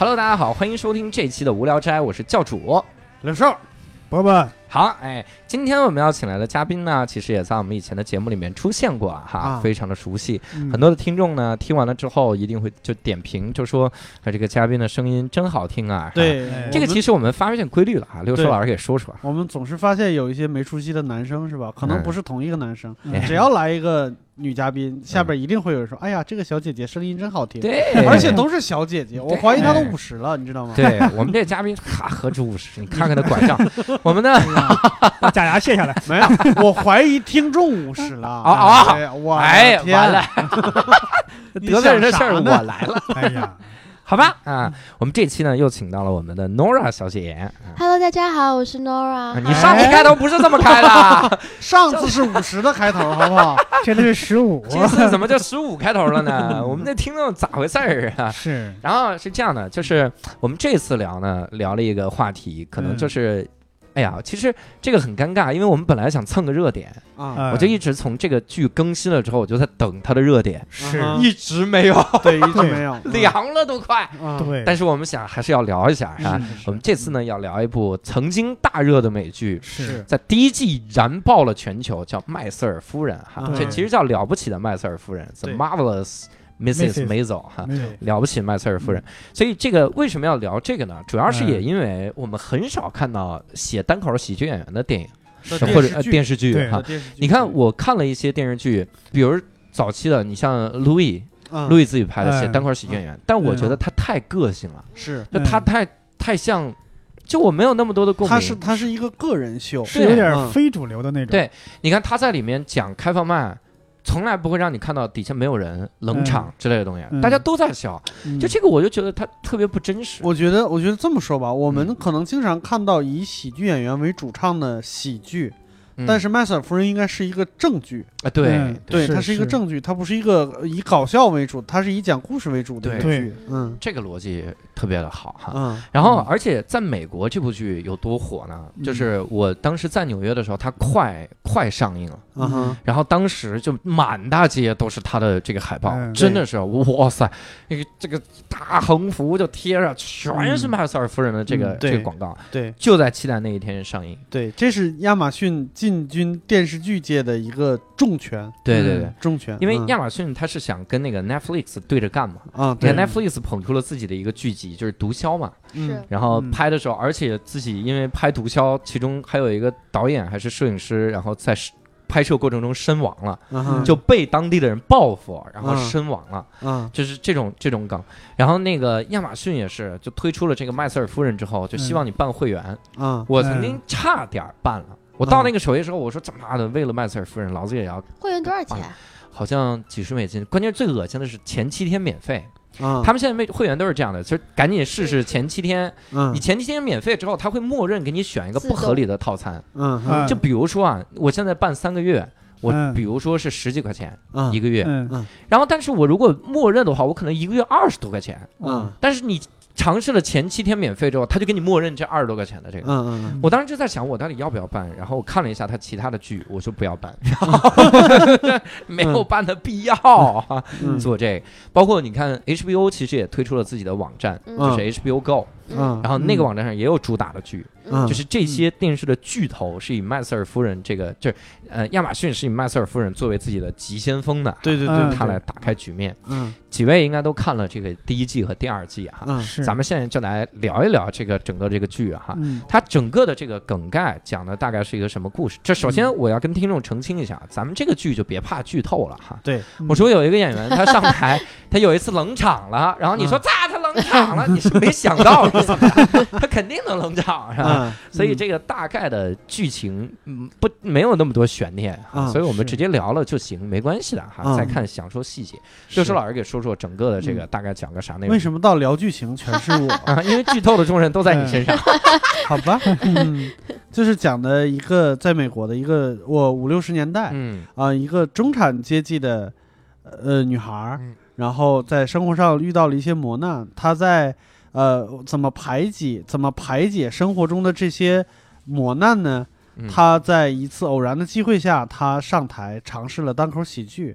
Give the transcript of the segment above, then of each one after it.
Hello， 大家好，欢迎收听这期的无聊斋，我是教主刘少， 伯伯。 好，今天我们要请来的嘉宾呢，其实也在我们以前的节目里面出现过哈，非常的熟悉。很多的听众呢，听完了之后一定会就点评，就说这个嘉宾的声音真好听啊。 对， 这个其实我们发现规律了啊，刘硕老师给说说。 我们总是发现有一些没出息的男生是吧？可能不是同一个男生，只要来一个女嘉宾，下边一定会有人说：“哎呀，这个小姐姐声音真好听。” 对， 而且都是小姐姐，我怀疑她都50了，你知道吗？ 对我们这嘉宾何止50？你看看他拐杖，我们的把假牙卸下来。 没有，我怀疑听众50了。 我完了，得罪人的事儿我来了。 哎呀， 好吧我们这期呢又请到了我们的 Nora 小姐。 Hello， 大家好，我是 Nora。 你上次开头不是这么开的， 上次是50的开头，好不好？ 现在是15， 这次怎么就15开头了呢？我们的听众咋回事儿啊？ 是， 然后是这样的，就是我们这次聊了一个话题，可能就是。哎呀，其实这个很尴尬，因为我们本来想蹭个热点我就一直从这个剧更新了之后，我就在等它的热点， 是一直没有， 对，一直没有， 凉了都快。 对， 但是我们想还是要聊一下哈。我们这次呢要聊一部曾经大热的美剧， 是在第一季燃爆了全球，叫《麦瑟尔夫人》哈，这其实叫了不起的麦瑟尔夫人 ，The Marvelous。Mrs. Maisel 哈，了不起麦瑟尔夫人。所以这个为什么要聊这个呢？主要是也因为我们很少看到写单口喜剧演员的电影或者电视剧哈。你看我看了一些电视剧，比如早期的，你像路易自己拍的写单口喜剧演员，但我觉得他太个性了，就他太像。就我没有那么多的共鸣， 他是一个个人秀， 是有点非主流的那种。 对，你看他在里面讲开放麦。从来不会让你看到底下没有人冷场之类的东西，大家都在笑，就这个我就觉得它特别不真实。 我觉得这么说吧，我们可能经常看到以喜剧演员为主唱的喜剧，但是麦瑟尔夫人应该是一个正剧对， 它是一个正剧，它不是一个以搞笑为主，它是以讲故事为主的一个剧。 这个逻辑特别的好哈。然后而且在美国这部剧有多火呢？就是我当时在纽约的时候，它快上映了，然后当时就满大街都是它的这个海报，真的是哇塞，这个大横幅就贴着，全是麦瑟尔夫人的这个广告。 对， 就在期待那一天上映。 对，这是亚马逊进军电视剧界的一个重拳。 对， 重拳。 因为亚马逊它是想跟那个 Netflix 对着干嘛。你看 Netflix 捧出了自己的一个剧集，就是毒枭嘛。然后拍的时候，而且自己因为拍毒枭，其中还有一个导演还是摄影师，然后在拍摄过程中身亡了，就被当地的人报复，然后身亡了，就是这种梗。然后那个亚马逊也是，就推出了这个麦瑟尔夫人之后，就希望你办会员。我曾经差点办了，我到那个首页之后，我说怎么妈的，为了麦瑟尔夫人，老子也要。 会员多少钱？ 好像几十美金。关键最恶心的是前7天免费。他们现在会员都是这样的，就赶紧试试前7天。你前7天免费之后，他会默认给你选一个不合理的套餐。就比如说我现在办3个月，我比如说是10几块钱1个月，然后但是我如果默认的话，我可能1个月20多块钱。但是你尝试了前7天免费之后，他就给你默认这20多块钱的这个。我当时就在想，我到底要不要办？然后我看了一下他其他的剧，我说不要办，没有办的必要做这个。包括你看 HBO 其实也推出了自己的网站，就是 HBO Go。然后那个网站上也有主打的剧，就是这些电视的巨头是以麦瑟尔夫人这个，就是亚马逊是以麦瑟尔夫人作为自己的急先锋的， 对， 他来打开局面。几位应该都看了这个第1季和第2季哈，咱们现在就来聊一聊这个整个这个剧哈，它整个的这个梗概讲的大概是一个什么故事？这首先我要跟听众澄清一下，咱们这个剧就别怕剧透了哈。 对， 我说有一个演员他上台，他有一次冷场了，然后你说他冷场了，你是没想到他肯定能冷场是吧？所以这个大概的剧情没有那么多悬念所以我们直接聊了就行，没关系的哈。再看享受细节，六叔老师给说说整个的这个大概讲个啥内容。 为什么到聊剧情全是我因为剧透的重任都在你身上。 好吧，就是讲的一个在美国的一个50、60年代，一个中产阶级的女孩，然后在生活上遇到了一些磨难，她在怎么排解生活中的这些磨难呢？她在一次偶然的机会下，她上台尝试了单口喜剧。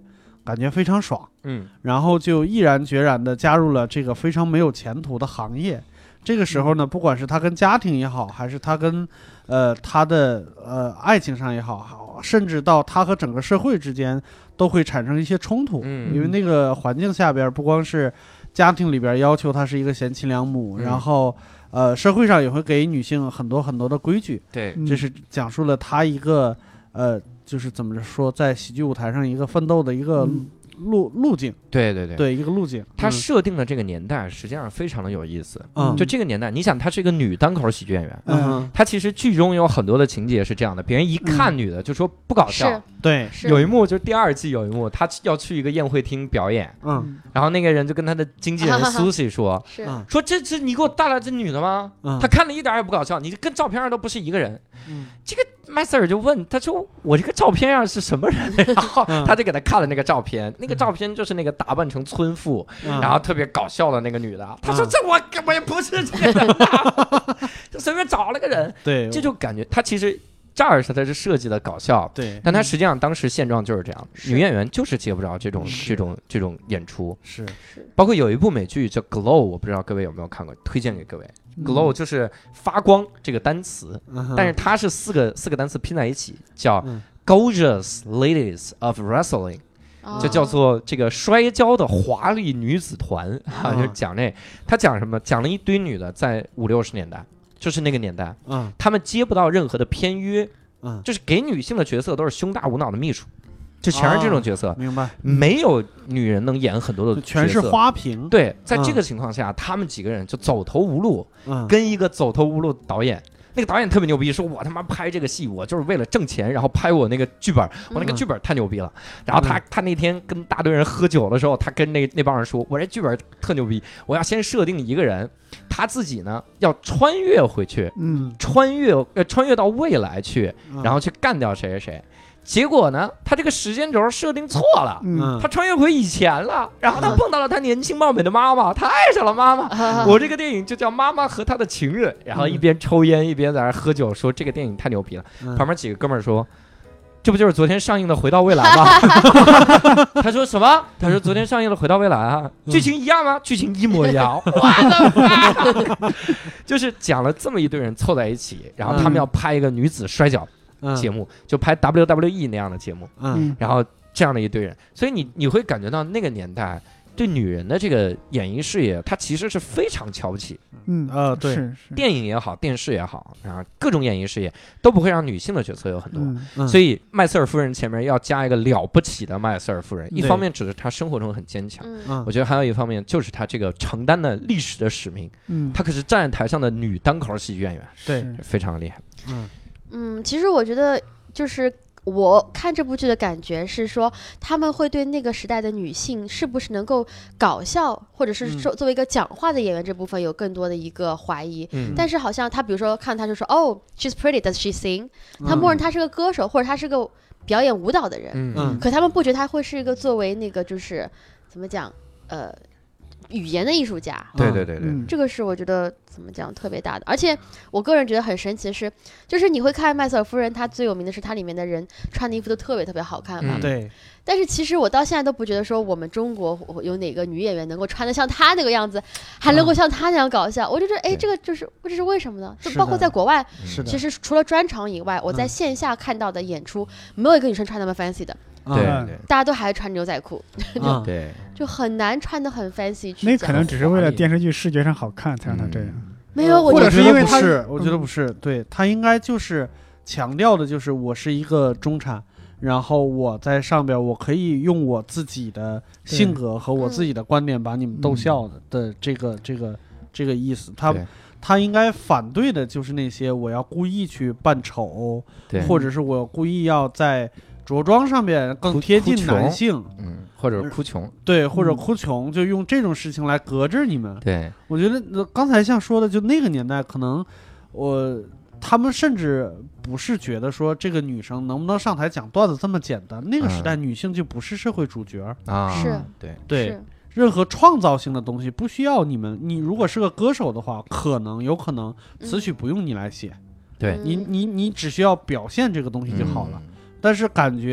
感觉非常爽，然后就毅然决然的加入了这个非常没有前途的行业。这个时候呢，不管是他跟家庭也好，还是他跟他的爱情上也好，甚至到他和整个社会之间都会产生一些冲突，因为那个环境下边不光是家庭里边要求他是一个贤妻良母，然后社会上也会给女性很多很多的规矩。 对， 这是讲述了他一个就是怎么说，在喜剧舞台上一个奋斗的一个路径。对，一个路径。 他设定的这个年代实际上非常的有意思。就这个年代，你想，她是一个女单口喜剧演员，她其实剧中有很多的情节是这样的，别人一看女的就说不搞笑。 对， 有一幕就是第2季有一幕，她要去一个宴会厅表演，然后那个人就跟他的经纪人苏西说，说这你给我带来这女的吗？她看了一点也不搞笑，你跟照片上都不是一个人。这个麦瑟尔就问他说：“我这个照片上是什么人？”然后他就给他看了那个照片，那个照片就是那个打扮成村妇，然后特别搞笑的那个女的。他说：“这我也不是这个人，就随便找了个人。”对，这就感觉他其实这儿是他是设计的搞笑， 对， 但他实际上当时现状就是这样，女演员就是接不着这种演出， 是。 包括有一部美剧叫《Glow》，我不知道各位有没有看过，推荐给各位。Glow 就是发光这个单词，但是它是四个单词拼在一起，叫 Gorgeous Ladies of Wrestling，就叫做这个摔跤的华丽女子团就讲他讲什么？讲了一堆女的在50、60年代，就是那个年代，他们接不到任何的片约，就是给女性的角色都是胸大无脑的秘书。就全是这种角色， 明白？ 没有女人能演很多的角色， 全是花瓶。 对，在这个情况下，他们几个人就走投无路，跟一个走投无路的导演，那个导演特别牛逼，说我他妈拍这个戏，我就是为了挣钱，然后拍我那个剧本，我那个剧本太牛逼了。然后他那天跟大堆人喝酒的时候，他跟那帮人说，我这剧本特牛逼，我要先设定一个人，他自己呢要穿越回去，穿越到未来去，然后去干掉谁谁谁。结果呢，他这个时间轴设定错了，他穿越回以前了，然后他碰到了他年轻貌美的妈妈，他爱上了妈妈。我这个电影就叫《妈妈和他的情人》，然后一边抽烟一边在那喝酒，说这个电影太牛逼了。旁边几个哥们儿说，这不就是昨天上映的《回到未来》吗？他说什么？他说昨天上映的《回到未来》啊，剧情一样吗？剧情一模一样。我的妈！就是讲了这么一堆人凑在一起，然后他们要拍一个女子摔跤节目，就拍 WWE 那样的节目，然后这样的一堆人，所以你会感觉到那个年代对女人的这个演艺事业，它其实是非常瞧不起。 对， 是电影也好，电视也好，然后各种演艺事业都不会让女性的角色有很多。所以麦瑟尔夫人前面要加一个了不起的麦瑟尔夫人，一方面指的她生活中很坚强，我觉得还有一方面就是她这个承担的历史的使命。她可是站在台上的女单口喜剧演员， 对， 非常厉害。 其实我觉得就是我看这部剧的感觉是说，他们会对那个时代的女性是不是能够搞笑，或者是说作为一个讲话的演员这部分有更多的一个怀疑。但是好像他比如说看他就说哦 she's pretty does she sing， 他默认他是个歌手或者他是个表演舞蹈的人，可他们不觉得他会是一个作为那个就是怎么讲语言的艺术家。 对， 这个是我觉得怎么讲特别大的。而且我个人觉得很神奇的是，就是你会看麦瑟尔夫人，她最有名的是她里面的人穿的衣服都特别特别好看嘛。 对。 但是其实我到现在都不觉得说我们中国有哪个女演员能够穿得像她那个样子，还能够像她那样搞笑。我就觉得这个就是这是为什么呢？就包括在国外，其实除了专场以外，我在线下看到的演出，没有一个女生穿那么 fancy 的。 对， 大家都还穿牛仔裤， 对， 就很难穿得很 fancy。 那可能只是为了电视剧视觉上好看才让他这样。 没有， 或者是因为他是，我觉得不是，对他应该就是强调的就是我是一个中产，然后我在上边我可以用我自己的性格和我自己的观点把你们逗笑的这个意思。他应该反对的就是那些我要故意去扮丑，或者是我故意要在着装上面更贴近男性， 或者哭穷， 对，或者哭穷，就用这种事情来隔着你们。 对， 我觉得刚才像说的，就那个年代，可能他们甚至不是觉得说这个女生能不能上台讲段子这么简单。那个时代，女性就不是社会主角啊， 是， 对。任何创造性的东西不需要你如果是个歌手的话，有可能词曲不用你来写， 对， 你只需要表现这个东西就好了。但是感觉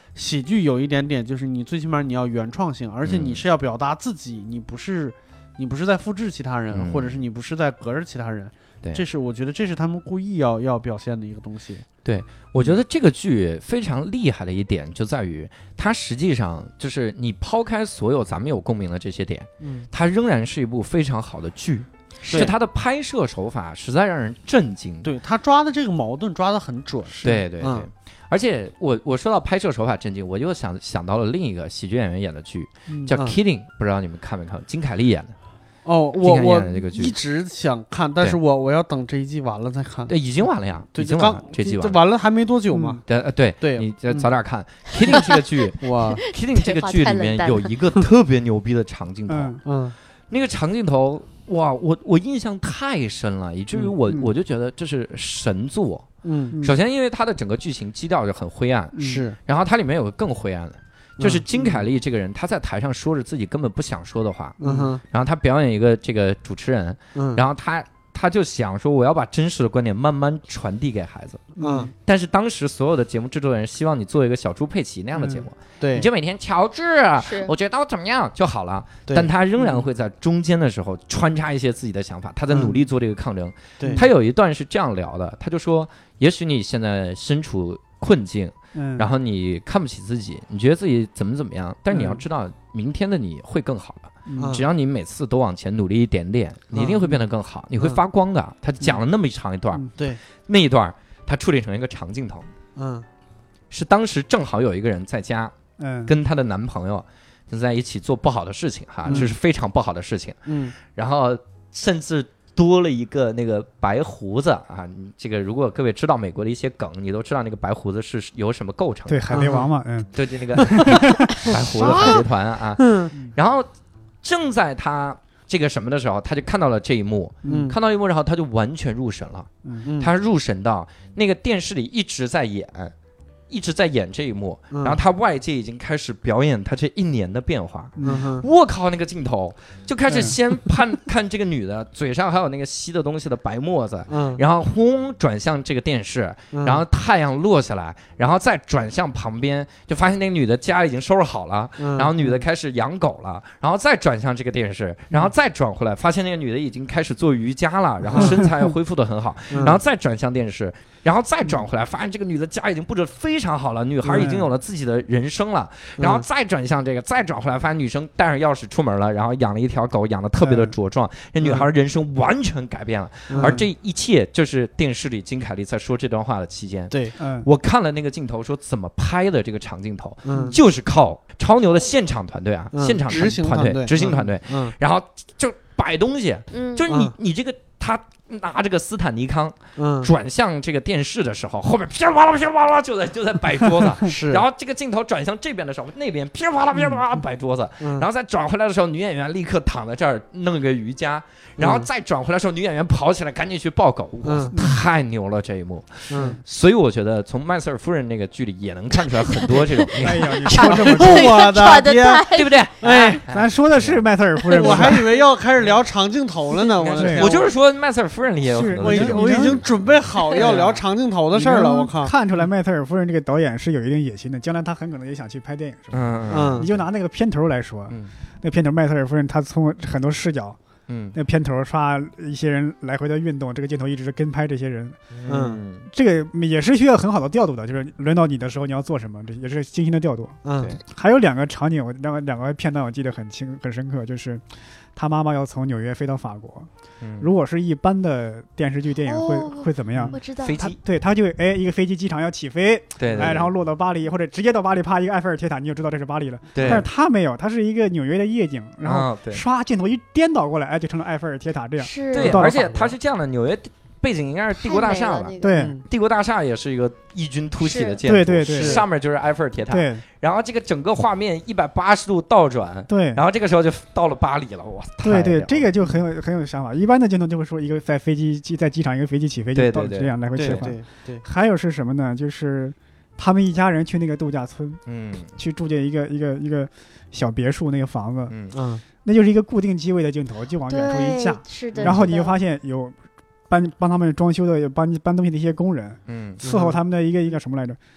喜剧有一点点就是你最起码你要原创性，而且你是要表达自己，你不是在复制其他人，或者是你不是在隔着其他人。 对， 这是我觉得这是他们故意要表现的一个东西。 对，我觉得这个剧非常厉害的一点就在于，它实际上就是你抛开所有咱们有共鸣的这些点，它仍然是一部非常好的剧。是它的拍摄手法实在让人震惊。 对，他抓的这个矛盾抓得很准。 对对对，而且我说到拍摄手法震惊，我又想到了另一个喜剧演员演的剧，叫《Kidding》，不知道你们看没看？金凯利演的。 哦，我一直想看，但是我要等这一季完了再看。 对，已经完了呀，已经完了，这季完了还没多久嘛。 对，你早点看。Kidding 这个剧，哇 ，Kidding 这个剧里面有一个特别牛逼的长镜头，那个长镜头，哇，我印象太深了，以至于我就觉得这是神作。首先因为它的整个剧情基调就很灰暗， 是， 然后它里面有个更灰暗的。就是金凯利这个人，他在台上说着自己根本不想说的话，然后他表演一个这个主持人，然后他就想说我要把真实的观点慢慢传递给孩子，但是当时所有的节目制作人希望你做一个小猪佩奇那样的节目， 对， 你就每天乔治，我觉得我怎么样就好了，但他仍然会在中间的时候穿插一些自己的想法，他在努力做这个抗争。他有一段是这样聊的，他就说，也许你现在身处困境。然后你看不起自己，你觉得自己怎么样，但是你要知道明天的你会更好的，只要你每次都往前努力一点点，你一定会变得更好，你会发光的。他讲了那么长一段， 对， 那一段他处理成一个长镜头，是当时正好有一个人在家，跟她的男朋友就在一起做不好的事情哈，这是非常不好的事情，然后甚至多了一个那个白胡子啊，这个如果各位知道美国的一些梗，你都知道那个白胡子是由什么构成的？ 对，海贼王嘛， 对，就那个白胡子海贼团啊，然后正在他这个什么的时候，他就看到了这一幕，看到一幕，然后他就完全入神了，他入神到那个电视里一直在演这一幕，然后他外界已经开始表演他这一年的变化。我靠，那个镜头就开始先看这个女的嘴上还有那个吸的东西的白沫子，然后轰转向这个电视，然后太阳落下来，然后再转向旁边，就发现那个女的家已经收拾好了，然后女的开始养狗了，然后再转向这个电视，然后再转回来，发现那个女的已经开始做瑜伽了，然后身材恢复得很好，然后再转向电视。然后再转回来，发现这个女的家已经布置非常好了，女孩已经有了自己的人生了。然后再转向这个，再转回来，发现女生带上钥匙出门了，然后养了一条狗，养得特别的茁壮。这女孩人生完全改变了，而这一切就是电视里金凯利在说这段话的期间。 对， 我看了那个镜头，说怎么拍的这个长镜头，就是靠超牛的现场团队啊，现场执行团队，然后就摆东西，就是你这个他。拿这个斯坦尼康转向这个电视的时候，后面噼里啪啦噼里啪啦就在摆桌子， 是。 然后这个镜头转向这边的时候，那边噼里啪啦噼里啪啦摆桌子，然后再转回来的时候，女演员立刻躺在这儿弄一个瑜伽，然后再转回来的时候，女演员跑起来赶紧去抱狗，太牛了这一幕。所以我觉得从麦瑟尔夫人那个剧里也能看出来很多这种。 哎呀，你说这么多， 我的天， 对不对？ 哎，咱说的是麦瑟尔夫人， 我还以为要开始聊长镜头了呢。 我就是说麦瑟尔夫人里也有很多。 我已经准备好要聊长镜头的事儿了，我靠！ 看出来麦瑟尔夫人这个导演是有一定野心的，将来他很可能也想去拍电影，是吧？你就拿那个片头来说，那片头麦瑟尔夫人她从很多视角，那片头刷一些人来回的运动，这个镜头一直是跟拍这些人，这个也是需要很好的调度的，就是轮到你的时候你要做什么，这也是精心的调度。还有两个场景，两个片段我记得很深刻，就是他妈妈要从纽约飞到法国。如果是一般的电视剧电影会怎么样？ 我知道， 飞机， 对，他就一个飞机机场要起飞， 对， 然后落到巴黎或者直接到巴黎，啪一个埃菲尔铁塔，你就知道这是巴黎了。 对， 但是他没有，他是一个纽约的夜景，然后刷镜头一颠倒过来，就成了埃菲尔铁塔这样。 对，而且他是这样的，纽约背景应该是帝国大厦吧？ 对， 帝国大厦也是一个异军突起的建筑， 对， 上面就是埃菲尔铁塔。 对， 然后这个整个画面180度倒转， 对， 然后这个时候就到了巴黎了，哇！ 对，这个就很有想法。一般的镜头就会说一个在机场一个飞机起飞，对，这样来回切换。 对， 还有是什么呢？就是他们一家人去那个度假村，去住进一个小别墅那个房子，那就是一个固定机位的镜头，就往远处一架， 是的， 然后你就发现有帮他们装修的搬东西的一些工人，伺候他们的一个什么来着？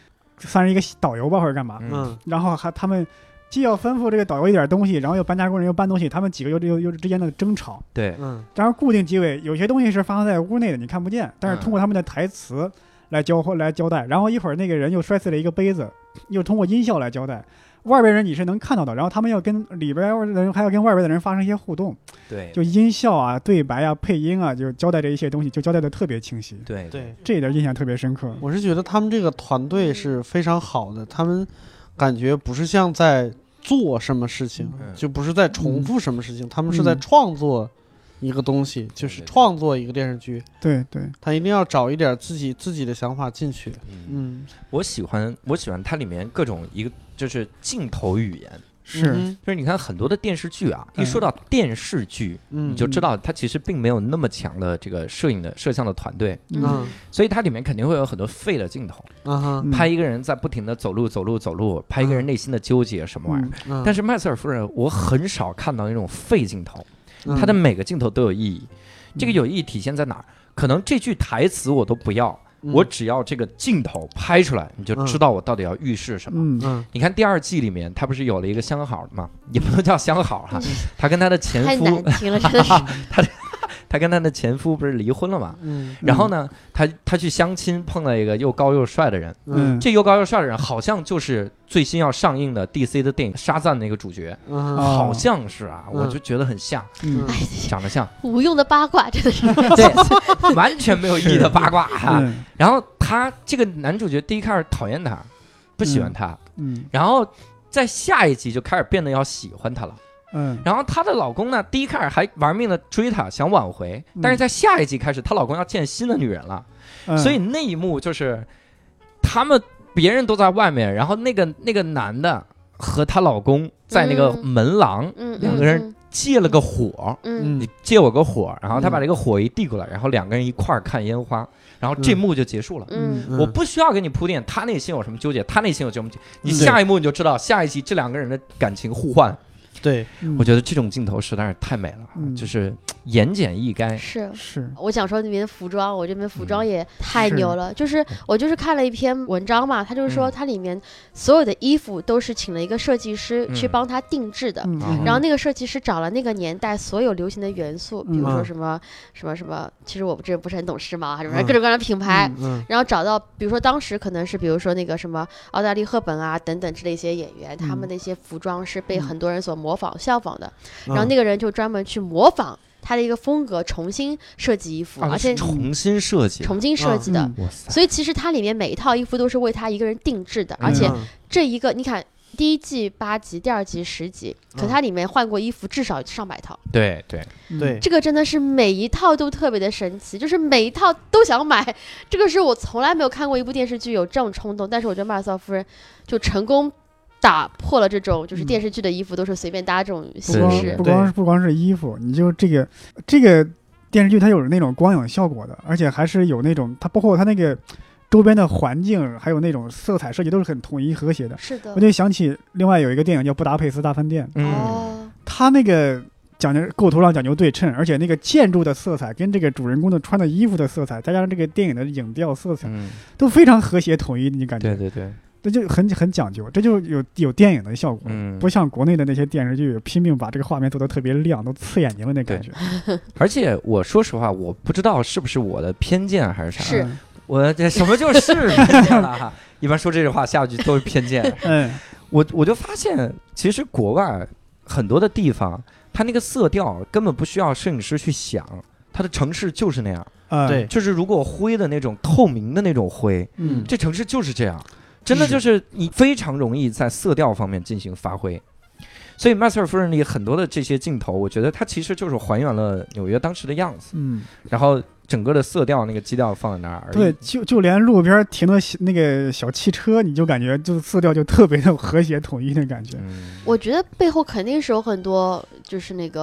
算是一个导游吧或者干嘛，然后他们既要吩咐这个导游一点东西，然后又搬家工人又搬东西，他们几个又之间的争吵。 对， 然后固定机位，有些东西是发生在屋内的，你看不见，但是通过他们的台词来交代。然后一会儿那个人又摔碎了一个杯子，又通过音效来交代。外边人你是能看到的，然后他们要跟里边的人还要跟外边的人发生一些互动。 对， 就音效啊、对白啊、配音啊，就交代这一些东西，就交代的特别清晰。 对， 这一点印象特别深刻。 我是觉得他们这个团队是非常好的，他们感觉不是像在做什么事情，就不是在重复什么事情，他们是在创作一个东西，就是创作一个电视剧。 对， 他一定要找一点自己的想法进去。 我喜欢它里面各种一个就是镜头语言。就是你看很多的电视剧啊，一说到电视剧，你就知道它其实并没有那么强的这个摄像的团队，所以它里面肯定会有很多废的镜头，拍一个人在不停的走路，拍一个人内心的纠结什么玩意儿。但是麦瑟尔夫人，我很少看到那种废镜头，它的每个镜头都有意义。这个有意义体现在哪儿？可能这句台词我都不要。我只要这个镜头拍出来，你就知道我到底要预示什么。你看第2季里面，他不是有了一个相好嘛，也不能叫相好哈，他跟他的前夫， 太难听了，真的是。 他跟他的前夫不是离婚了嘛？然后呢，他去相亲，碰到一个又高又帅的人。这又高又帅的人好像就是最新要上映的 DC 的电影《沙赞》那个主角，好像是啊，我就觉得很像，长得像。 无用的八卦，真的是。 对，完全没有意义的八卦哈。然后他这个男主角第一开始讨厌他，不喜欢他，然后在下一集就开始变得要喜欢他了。然后她的老公呢，第一开始还玩命的追她，想挽回，但是在下一集开始，她老公要见新的女人了，所以那一幕就是别人都在外面，然后那个男的和她老公在那个门廊，两个人借了个火，你借我个火，然后他把这个火一递过来，然后两个人一块儿看烟花，然后这幕就结束了。我不需要给你铺垫他内心有什么纠结，他内心有什么纠结，你下一幕你就知道下一集这两个人的感情互换。 对， 我觉得这种镜头实在是太美了，就是言简意赅。 是，我想说那边的服装，我这边服装也太牛了。就是我看了一篇文章嘛，他就是说它里面所有的衣服都是请了一个设计师去帮他定制的，然后那个设计师找了那个年代所有流行的元素，比如说什么，其实我这不是很懂时髦，什么各种各样的品牌，然后找到比如说当时可能是比如说那个什么奥黛丽·赫本啊等等之类一些演员，他们的一些服装是被很多人所效仿的，然后那个人就专门去模仿他的一个风格，重新设计衣服，而且重新设计的，所以其实它里面每一套衣服都是为他一个人定制的，而且这一个你看第1季8集，第2季10集，可它里面换过衣服至少上百套。 对， 这个真的是每一套都特别的神奇，就是每一套都想买。这个是我从来没有看过一部电视剧有这种冲动，但是我觉得马尔萨夫人就成功打破了这种就是电视剧的衣服都是随便搭这种形式。 不光是衣服，你就这个电视剧它有那种光影效果的，而且还是有那种它包括它那个周边的环境还有那种色彩设计都是很统一和谐的。 是的， 我就想起另外有一个电影叫《布达佩斯大饭店》，它那个讲究构图上讲究对称，而且那个建筑的色彩跟这个主人公的穿的衣服的色彩，再加上这个电影的影调色彩，都非常和谐统一，你感觉？ 对， 这就很讲究，这就有电影的效果，不像国内的那些电视剧拼命把这个画面做得特别亮，都刺眼睛了那感觉。 而且我说实话，我不知道是不是我的偏见还是啥， 是我这什么就是偏见了哈。一般说这句话下去都是偏见。我就发现，其实国外很多的地方，它那个色调根本不需要摄影师去想，它的城市就是那样。 对， 就是如果灰的那种透明的那种灰，这城市就是这样。真的就是你非常容易在色调方面进行发挥，所以麦瑟尔夫人里很多的这些镜头，我觉得它其实就是还原了纽约当时的样子，然后整个的色调那个基调放在那儿而已。 对，就连路边停的那个小汽车，你就感觉就色调就特别的和谐统一的感觉。 我觉得背后肯定是有很多就是那个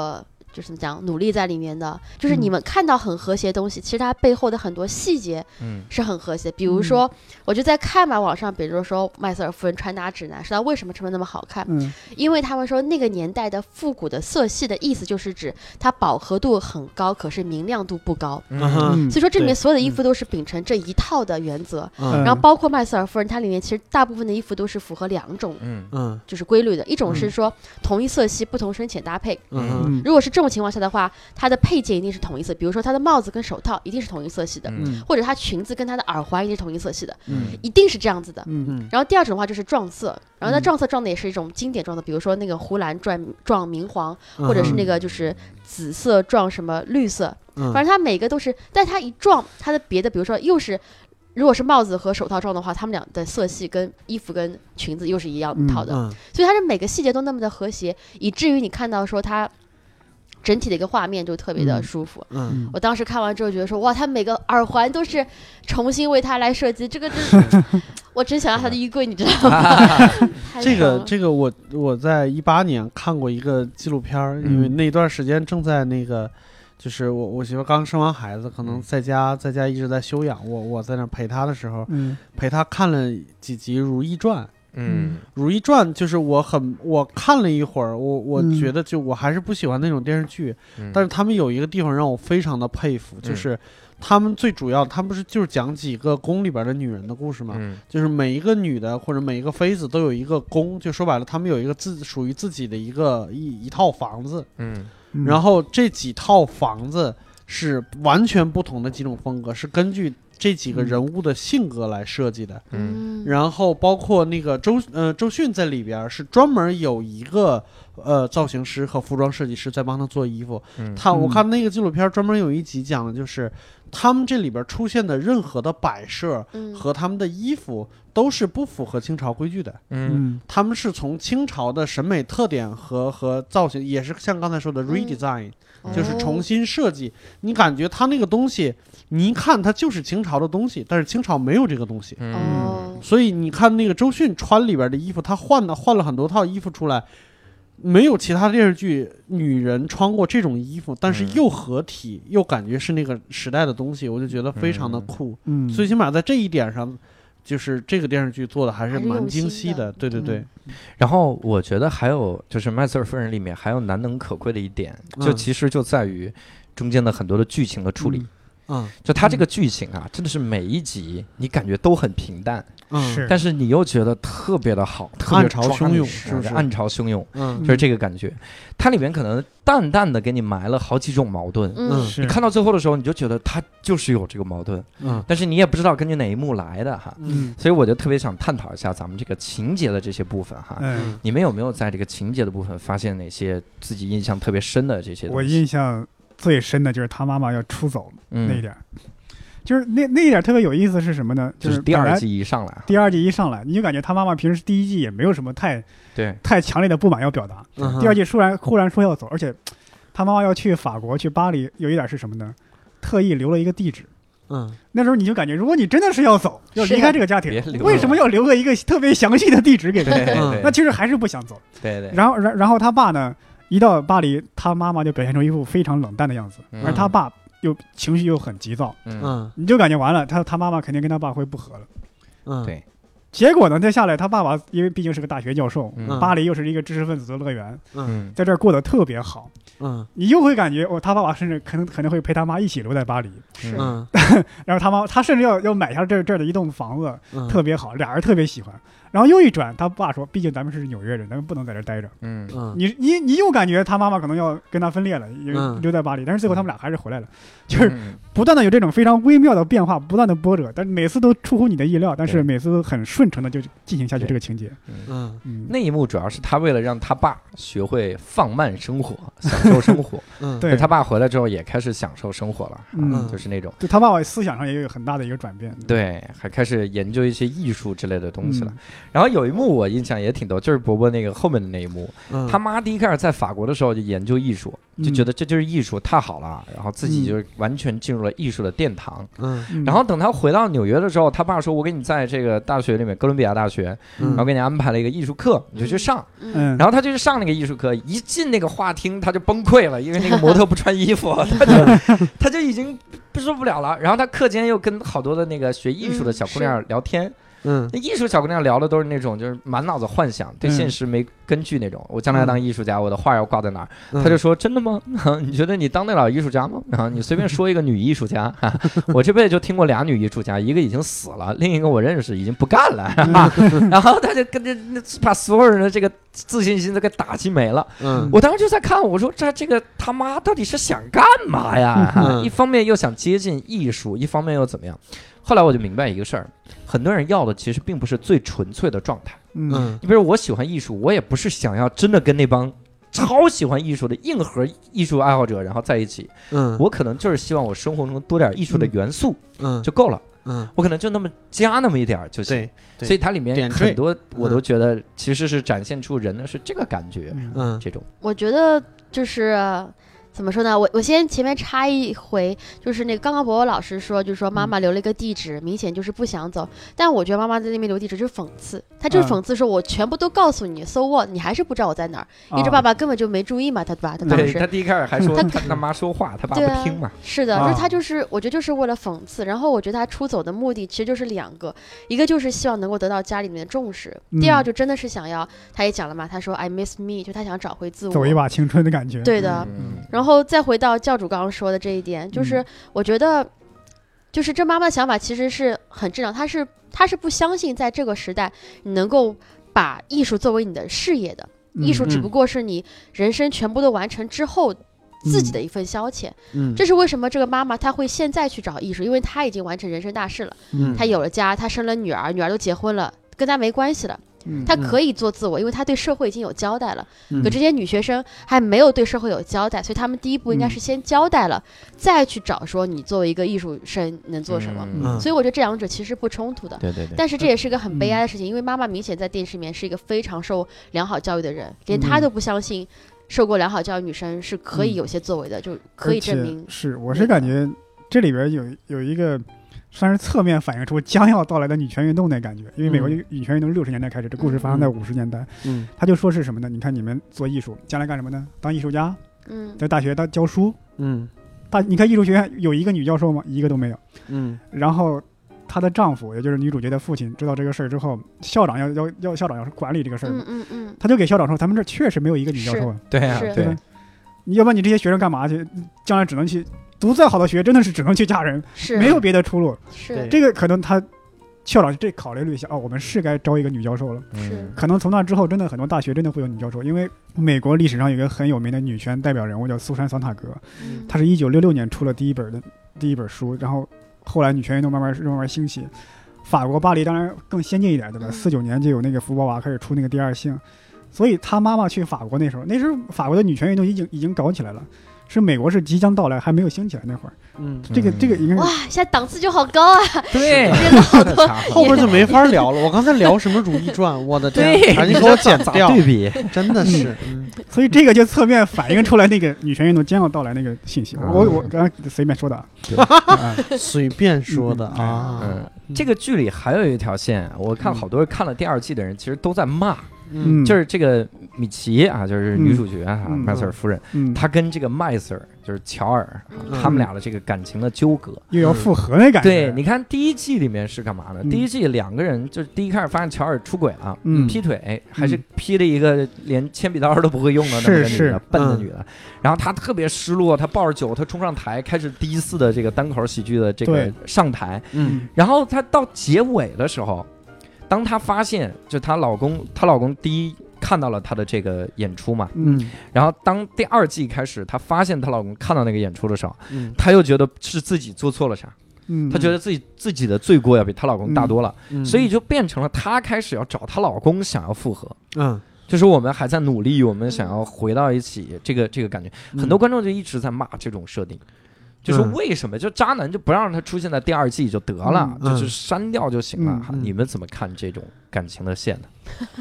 就是讲努力在里面的，就是你们看到很和谐的东西，其实它背后的很多细节是很和谐。比如说，我就在看嘛，网上比如说麦瑟尔夫人穿搭指南，说她为什么穿得那么好看，因为他们说那个年代的复古的色系的意思就是指它饱和度很高，可是明亮度不高。所以说这里面所有的衣服都是秉承这一套的原则。然后包括麦瑟尔夫人，它里面其实大部分的衣服都是符合两种就是规律的，一种是说同一色系不同深浅搭配。如果是这种情况下的话，它的配件一定是同一色，比如说它的帽子跟手套一定是同一色系的，或者它裙子跟它的耳环一定是同一色系的，一定是这样子的。然后第二种的话就是撞色，然后那撞色撞的也是一种经典撞色，比如说那个湖蓝撞明黄，或者是那个就是紫色撞什么绿色，反正它每个都是，但它一撞它的别的，比如说又是。如果是帽子和手套撞的话，他们俩的色系跟衣服跟裙子又是一样套的，所以它是每个细节都那么的和谐，以至于你看到说它整体的一个画面就特别的舒服。我当时看完之后觉得说，哇，它每个耳环都是重新为它来设计，这个我真想要它的衣柜，你知道吗？ 这个我在18年看过一个纪录片，因为那段时间正在那个。就是我媳妇刚生完孩子，可能在家一直在休养，我在那陪她的时候，陪她看了几集《如懿传》。如懿传就是我看了一会儿，我觉得就我还是不喜欢那种电视剧，但是他们有一个地方让我非常的佩服，就是他们最主要，他们不是就是讲几个宫里边的女人的故事吗？就是每一个女的或者每一个妃子都有一个宫，就说白了，他们有一个属于自己的一套房子。然后这几套房子是完全不同的几种风格，是根据这几个人物的性格来设计的。然后包括那个周迅在里边是专门有一个造型师和服装设计师在帮他做衣服。我看那个纪录片专门有一集讲的就是他们这里边出现的任何的摆设和他们的衣服都是不符合清朝规矩的。他们是从清朝的审美特点和造型，也是像刚才说的 redesign，就是重新设计。你感觉他那个东西，你一看它就是清朝的东西，但是清朝没有这个东西。所以你看那个周迅穿里边的衣服，他换了很多套衣服出来。没有其他电视剧女人穿过这种衣服，但是又合体又感觉是那个时代的东西，我就觉得非常的酷。最起码在这一点上，就是这个电视剧做的还是蛮精细的。对对对。 然后我觉得还有就是麦瑟尔夫人里面还有难能可贵的一点，就其实就在于中间的很多的剧情的处理。就它这个剧情啊，真的是每一集你感觉都很平淡，但是你又觉得特别的好，特别暗潮汹涌，是不是？ 暗潮汹涌，就是这个感觉。它里面可能淡淡的给你埋了好几种矛盾，你看到最后的时候，你就觉得它就是有这个矛盾，但是你也不知道根据哪一幕来的哈，所以我就特别想探讨一下咱们这个情节的这些部分哈，你们有没有在这个情节的部分发现哪些自己印象特别深的这些东西？ 我印象最深的就是他妈妈要出走那一点，就是那一点特别有意思是什么呢？ 就是第二季一上来， 你就感觉他妈妈平时第一季也没有什么太强烈的不满要表达，第二季忽然说要走，而且他妈妈要去法国去巴黎，有一点是什么呢？特意留了一个地址。那时候你就感觉，如果你真的是要走，要离开这个家庭，为什么要留个一个特别详细的地址给人？那其实还是不想走。 对。 然后他爸呢？一到巴黎，他妈妈就表现出一副非常冷淡的样子，而他爸又情绪又很急躁，你就感觉完了，他妈妈肯定跟他爸会不和了。 对。 结果呢，再下来，他爸爸因为毕竟是个大学教授，巴黎又是一个知识分子的乐园，在这儿过得特别好，你又会感觉他爸爸甚至可能会陪他妈一起留在巴黎，然后他甚至要买下这儿的一栋房子，特别好，俩人特别喜欢。然后又一转，他爸说：“毕竟咱们是纽约人，咱们不能在这儿待着。”你又感觉他妈妈可能要跟他分裂了，留在巴黎，但是最后他们俩还是回来了，就是不断的有这种非常微妙的变化，不断的波折，但是每次都出乎你的意料，但是每次都很顺承的就进行下去这个情节。 那一幕主要是他为了让他爸学会放慢生活，享受生活。对，他爸回来之后也开始享受生活了，就是那种。 对，他爸爸思想上也有很大的一个转变。 对，还开始研究一些艺术之类的东西了。然后有一幕我印象也挺逗，就是伯伯那个后面的那一幕，他妈第一开始在法国的时候就研究艺术， 就觉得这就是艺术，太好了，然后自己就完全进入了艺术的殿堂。然后等他回到纽约的时候，他爸说：“我给你在这个大学里面，哥伦比亚大学，然后给你安排了一个艺术课，你就去上。”然后他就去上那个艺术课，一进那个画厅他就崩溃了，因为那个模特不穿衣服，他就已经受不了了。然后他课间又跟好多的那个学艺术的小姑娘聊天。那艺术小姑娘聊的都是那种就是满脑子幻想，对现实没根据那种。我将来当艺术家，我的画要挂在哪儿？他就说：“真的吗？你觉得你当得了艺术家吗？然后你随便说一个女艺术家，我这辈子就听过2女艺术家，一个已经死了，另一个我认识已经不干了。”然后他就跟着把所有人的这个自信心都给打击没了。我当时就在看，我说这个他妈到底是想干嘛呀？一方面又想接近艺术，一方面又怎么样？后来我就明白一个事儿，很多人要的其实并不是最纯粹的状态。你比如我喜欢艺术，我也不是想要真的跟那帮超喜欢艺术的硬核艺术爱好者然后在一起。我可能就是希望我生活中多点艺术的元素，就够了。我可能就那么加那么一点就行。所以它里面很多我都觉得其实是展现出人的是这个感觉。这种我觉得就是怎么说呢？我先前面插一回，就是那个刚刚博博老师说，就是说妈妈留了一个地址，明显就是不想走。但我觉得妈妈在那边留地址就是讽刺，她就是讽刺说，我全部都告诉你，so what，你还是不知道我在哪儿。因为这爸爸根本就没注意嘛，他当时他第一开始还说他妈说话，他爸不听嘛。 是的，就是他就是我觉得就是为了讽刺。然后我觉得他出走的目的其实就是2个，一个就是希望能够得到家里面的重视，第二就真的是想要，他也讲了嘛，他说 I miss me， 就他想找回自我， 走一把青春的感觉。 对的，然后再回到教主刚刚说的这一点，就是我觉得，就是这妈妈的想法其实是很正常，她是不相信在这个时代你能够把艺术作为你的事业的，艺术只不过是你人生全部都完成之后自己的一份消遣。这是为什么这个妈妈她会现在去找艺术，因为她已经完成人生大事了，她有了家，她生了女儿，女儿都结婚了，跟她没关系了。他可以做自我，因为他对社会已经有交代了。可这些女学生还没有对社会有交代，所以他们第一步应该是先交代了，再去找说你作为一个艺术生能做什么。所以我觉得这2者其实不冲突的。 对。 但是这也是个很悲哀的事情，因为妈妈明显在电视里面是一个非常受良好教育的人，连她都不相信受过良好教育女生是可以有些作为的，就可以证明。 我是感觉这里边有一个。算是侧面反映出将要到来的女权运动的感觉，因为美国女权运动60年代开始，这故事发生在50年代。他就说是什么呢？你看你们做艺术，将来干什么呢？当艺术家。在大学当教书。你看艺术学院有一个女教授吗？一个都没有。然后她的丈夫，也就是女主角的父亲，知道这个事儿之后，校长要校长要管理这个事儿。他就给校长说，咱们这确实没有一个女教授啊。 对啊，对。 你要不然你这些学生干嘛去？将来只能去。读再好的学，真的是只能去嫁人，没有别的出路。这个可能他校长这考虑了一下，我们是该招一个女教授了。可能从那之后，真的很多大学真的会有女教授，因为美国历史上有一个很有名的女权代表人物叫苏珊·桑塔格，她是1966年出了第一本书，然后后来女权运动慢慢兴起。法国巴黎当然更先进一点，对吧？49年就有那个福伯娃开始出那个第二性，所以她妈妈去法国那时候法国的女权运动已经搞起来了。是美国是即将到来，还没有兴起来那会儿。这个应该哇，现在档次就好高啊！ 对， 好多后边就没法聊了。我刚才聊什么《如懿传》，我的天，赶紧给我剪掉！ 对比真的是， 所以这个就侧面反映出来那个女权运动将要到来那个信息。我刚刚随便说的， 随便说的啊。 这个剧里还有一条线，我看好多人看了第2季的人，其实都在骂。就是这个米奇啊，就是女主角啊，麦瑟尔夫人，她跟这个麦瑟尔就是乔尔，他们俩的这个感情的纠葛， 又要复合那感觉。 对，你看第1季里面是干嘛呢？第1季2个人就是第一开始发现乔尔出轨了，劈腿，还是劈了一个连铅笔刀都不会用的那么个女的，笨的女的。然后她特别失落，她抱着酒，她冲上台，开始第1次的这个单口喜剧的这个上台。然后她到结尾的时候。当她发现，就她老公第一看到了她的这个演出嘛，然后当第2季开始，她发现她老公看到那个演出的时候，她又觉得是自己做错了啥，她觉得自己的罪过要比她老公大多了，所以就变成了她开始要找她老公，想要复合，就是我们还在努力，我们想要回到一起，这个感觉，很多观众就一直在骂这种设定。就是为什么就渣男就不让他出现在第2季就得了，就是删掉就行了。你们怎么看这种感情的线呢？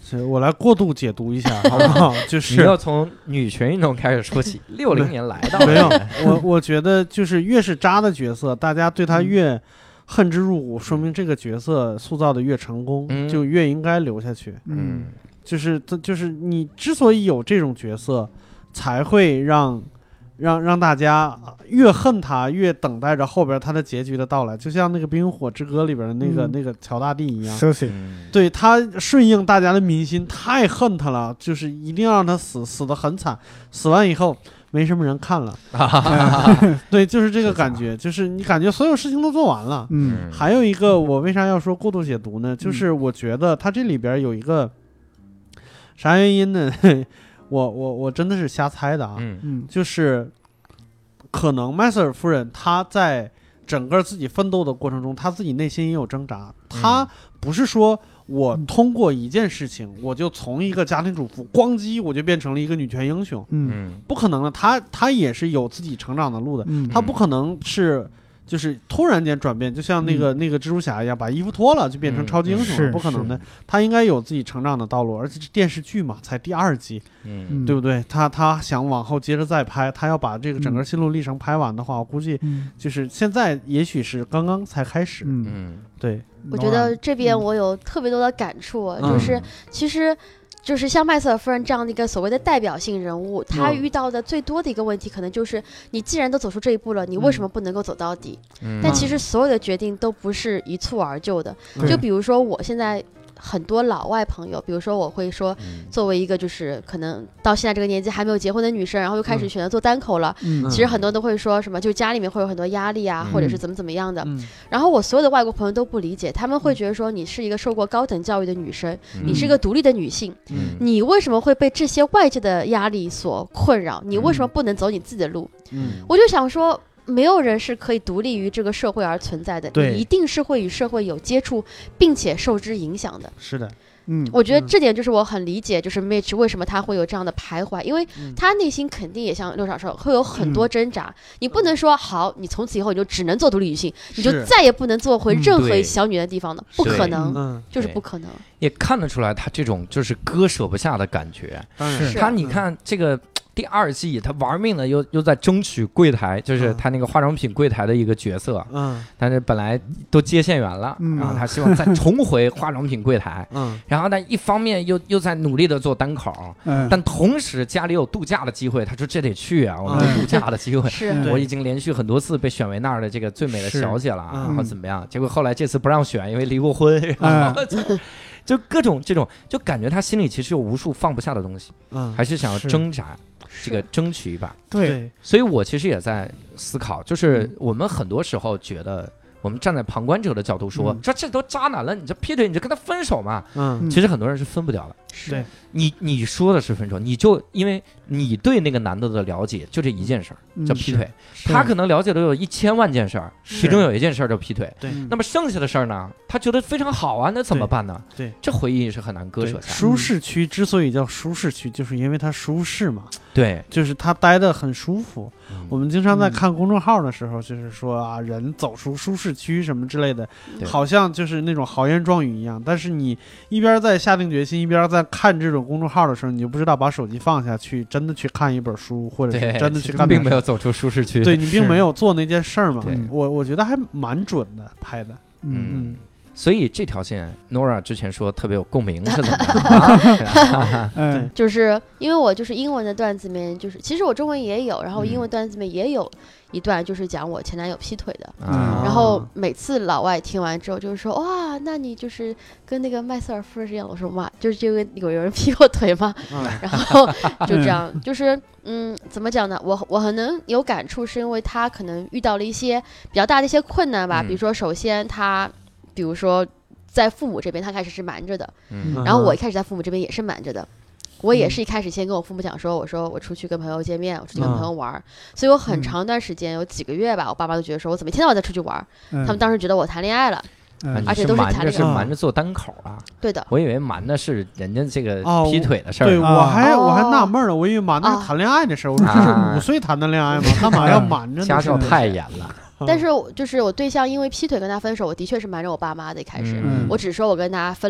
我来过度解读一下，好不好？就是你要从女权运动开始说起，60年来的。 没有，我觉得就是越是渣的角色，大家对他越恨之入骨，说明这个角色塑造的越成功，就越应该留下去。就是你之所以有这种角色，才会让大家越恨他，越等待着后边他的结局的到来，就像那个《冰与火之歌》里边的那个乔大帝一样。对，他顺应大家的民心，太恨他了，就是一定要让他死得很惨，死完以后没什么人看了。对，就是这个感觉，就是你感觉所有事情都做完了。还有一个，我为啥要说过度解读呢？就是我觉得他这里边有一个啥原因呢？我真的是瞎猜的啊。就是可能麦瑟尔夫人她在整个自己奋斗的过程中，她自己内心也有挣扎。她不是说我通过一件事情，我就从一个家庭主妇咣叽我就变成了一个女权英雄。不可能的，她也是有自己成长的路的。她不可能是就是突然间转变，就像那个蜘蛛侠一样，把衣服脱了就变成超级英雄了，不可能的。他应该有自己成长的道路，而且是电视剧嘛，才第2季，对不对？他想往后接着再拍，他要把这个整个心路历程拍完的话，我估计就是现在也许是刚刚才开始。对， 我觉得这边我有特别多的感触，就是其实。就是像麦瑟尔夫人这样的一个所谓的代表性人物，她遇到的最多的一个问题，可能就是你既然都走出这一步了，你为什么不能够走到底？但其实所有的决定都不是一蹴而就的。就比如说我现在很多老外朋友，比如说我会说，作为一个就是可能到现在这个年纪还没有结婚的女生，然后又开始选择做单口了，其实很多人都会说什么，就家里面会有很多压力啊，或者是怎么样的。然后我所有的外国朋友都不理解，他们会觉得说你是一个受过高等教育的女生，你是一个独立的女性，你为什么会被这些外界的压力所困扰？你为什么不能走你自己的路？我就想说。没有人是可以独立于这个社会而存在的，你一定是会与社会有接触，并且受之影响的。 是的， 我觉得这点就是我很理解，就是 Mitch 为什么他会有这样的徘徊，因为他内心肯定也像六少说会有很多挣扎。你不能说好，你从此以后你就只能做独立女性，你就再也不能做回任何小女人的地方的，不可能，就是不可能。 也看得出来他这种就是割舍不下的感觉。他你看这个。第2季他玩命的又在争取柜台，就是他那个化妆品柜台的一个角色，但是本来都接线员了，然后他希望再重回化妆品柜台，然后但一方面又在努力的做单口，但同时家里有度假的机会，他说这得去啊，我们有度假的机会，我已经连续很多次被选为那儿的这个最美的小姐了，然后怎么样？结果后来这次不让选，因为离过婚，然后就各种这种，就感觉他心里其实有无数放不下的东西，还是想要挣扎。这个争取一把， 对， 所以我其实也在思考，就是我们很多时候觉得，我们站在旁观者的角度说，这都渣男了，你这劈腿，你就跟他分手嘛。其实很多人是分不掉的。 对， 你说的是分手，你就因为你对那个男的的了解就这一件事儿叫劈腿，他可能了解的有1000万件事儿，其中有一件事儿叫劈腿。 对， 那么剩下的事儿呢，他觉得非常好啊，那怎么办呢？ 对， 这回忆是很难割舍下。 舒适区之所以叫舒适区，就是因为它舒适嘛。 对， 就是他待得很舒服。我们经常在看公众号的时候，就是说啊，人走出舒适区什么之类的，好像就是那种豪言壮语一样。但是你一边在下定决心，一边在看这种公众号的时候，你就不知道把手机放下去，真的去看一本书，或者是真的去看， 并没有走出舒适区。 对，你并没有做那件事儿嘛。我觉得还蛮准的拍的。 所以这条线 Nora 之前说特别有共鸣是怎么样？ 就是因为我就是英文的段子里面，就是其实我中文也有，然后英文段子里面也有一段就是讲我前男友劈腿的，然后每次老外听完之后就是说哇，那你就是跟那个麦瑟尔夫人一样。我说妈，就是这个有人劈过腿吗？然后就这样，就是怎么讲呢？我很能有感触，是因为他可能遇到了一些比较大的一些困难吧，比如说首先比如说在父母这边他开始是瞒着的，然后我一开始在父母这边也是瞒着的，我也是一开始先跟我父母讲说，我说我出去跟朋友见面，我出去跟朋友玩，所以我很长一段时间有几个月吧，我爸妈都觉得说我怎么一天到晚在出去玩，他们当时觉得我谈恋爱了，而且都是谈恋爱， 是瞒着做单口啊？ 对的， 我以为瞒的是人家这个劈腿的事儿。 对，我还纳闷了，我以为瞒的是谈恋爱的事儿。我说这是5岁谈的恋爱吗？干嘛要瞒着呢？ 家教太严了。 但是就是我对象因为劈腿跟他分手，我的确是瞒着我爸妈的。一开始我只说我跟他分了，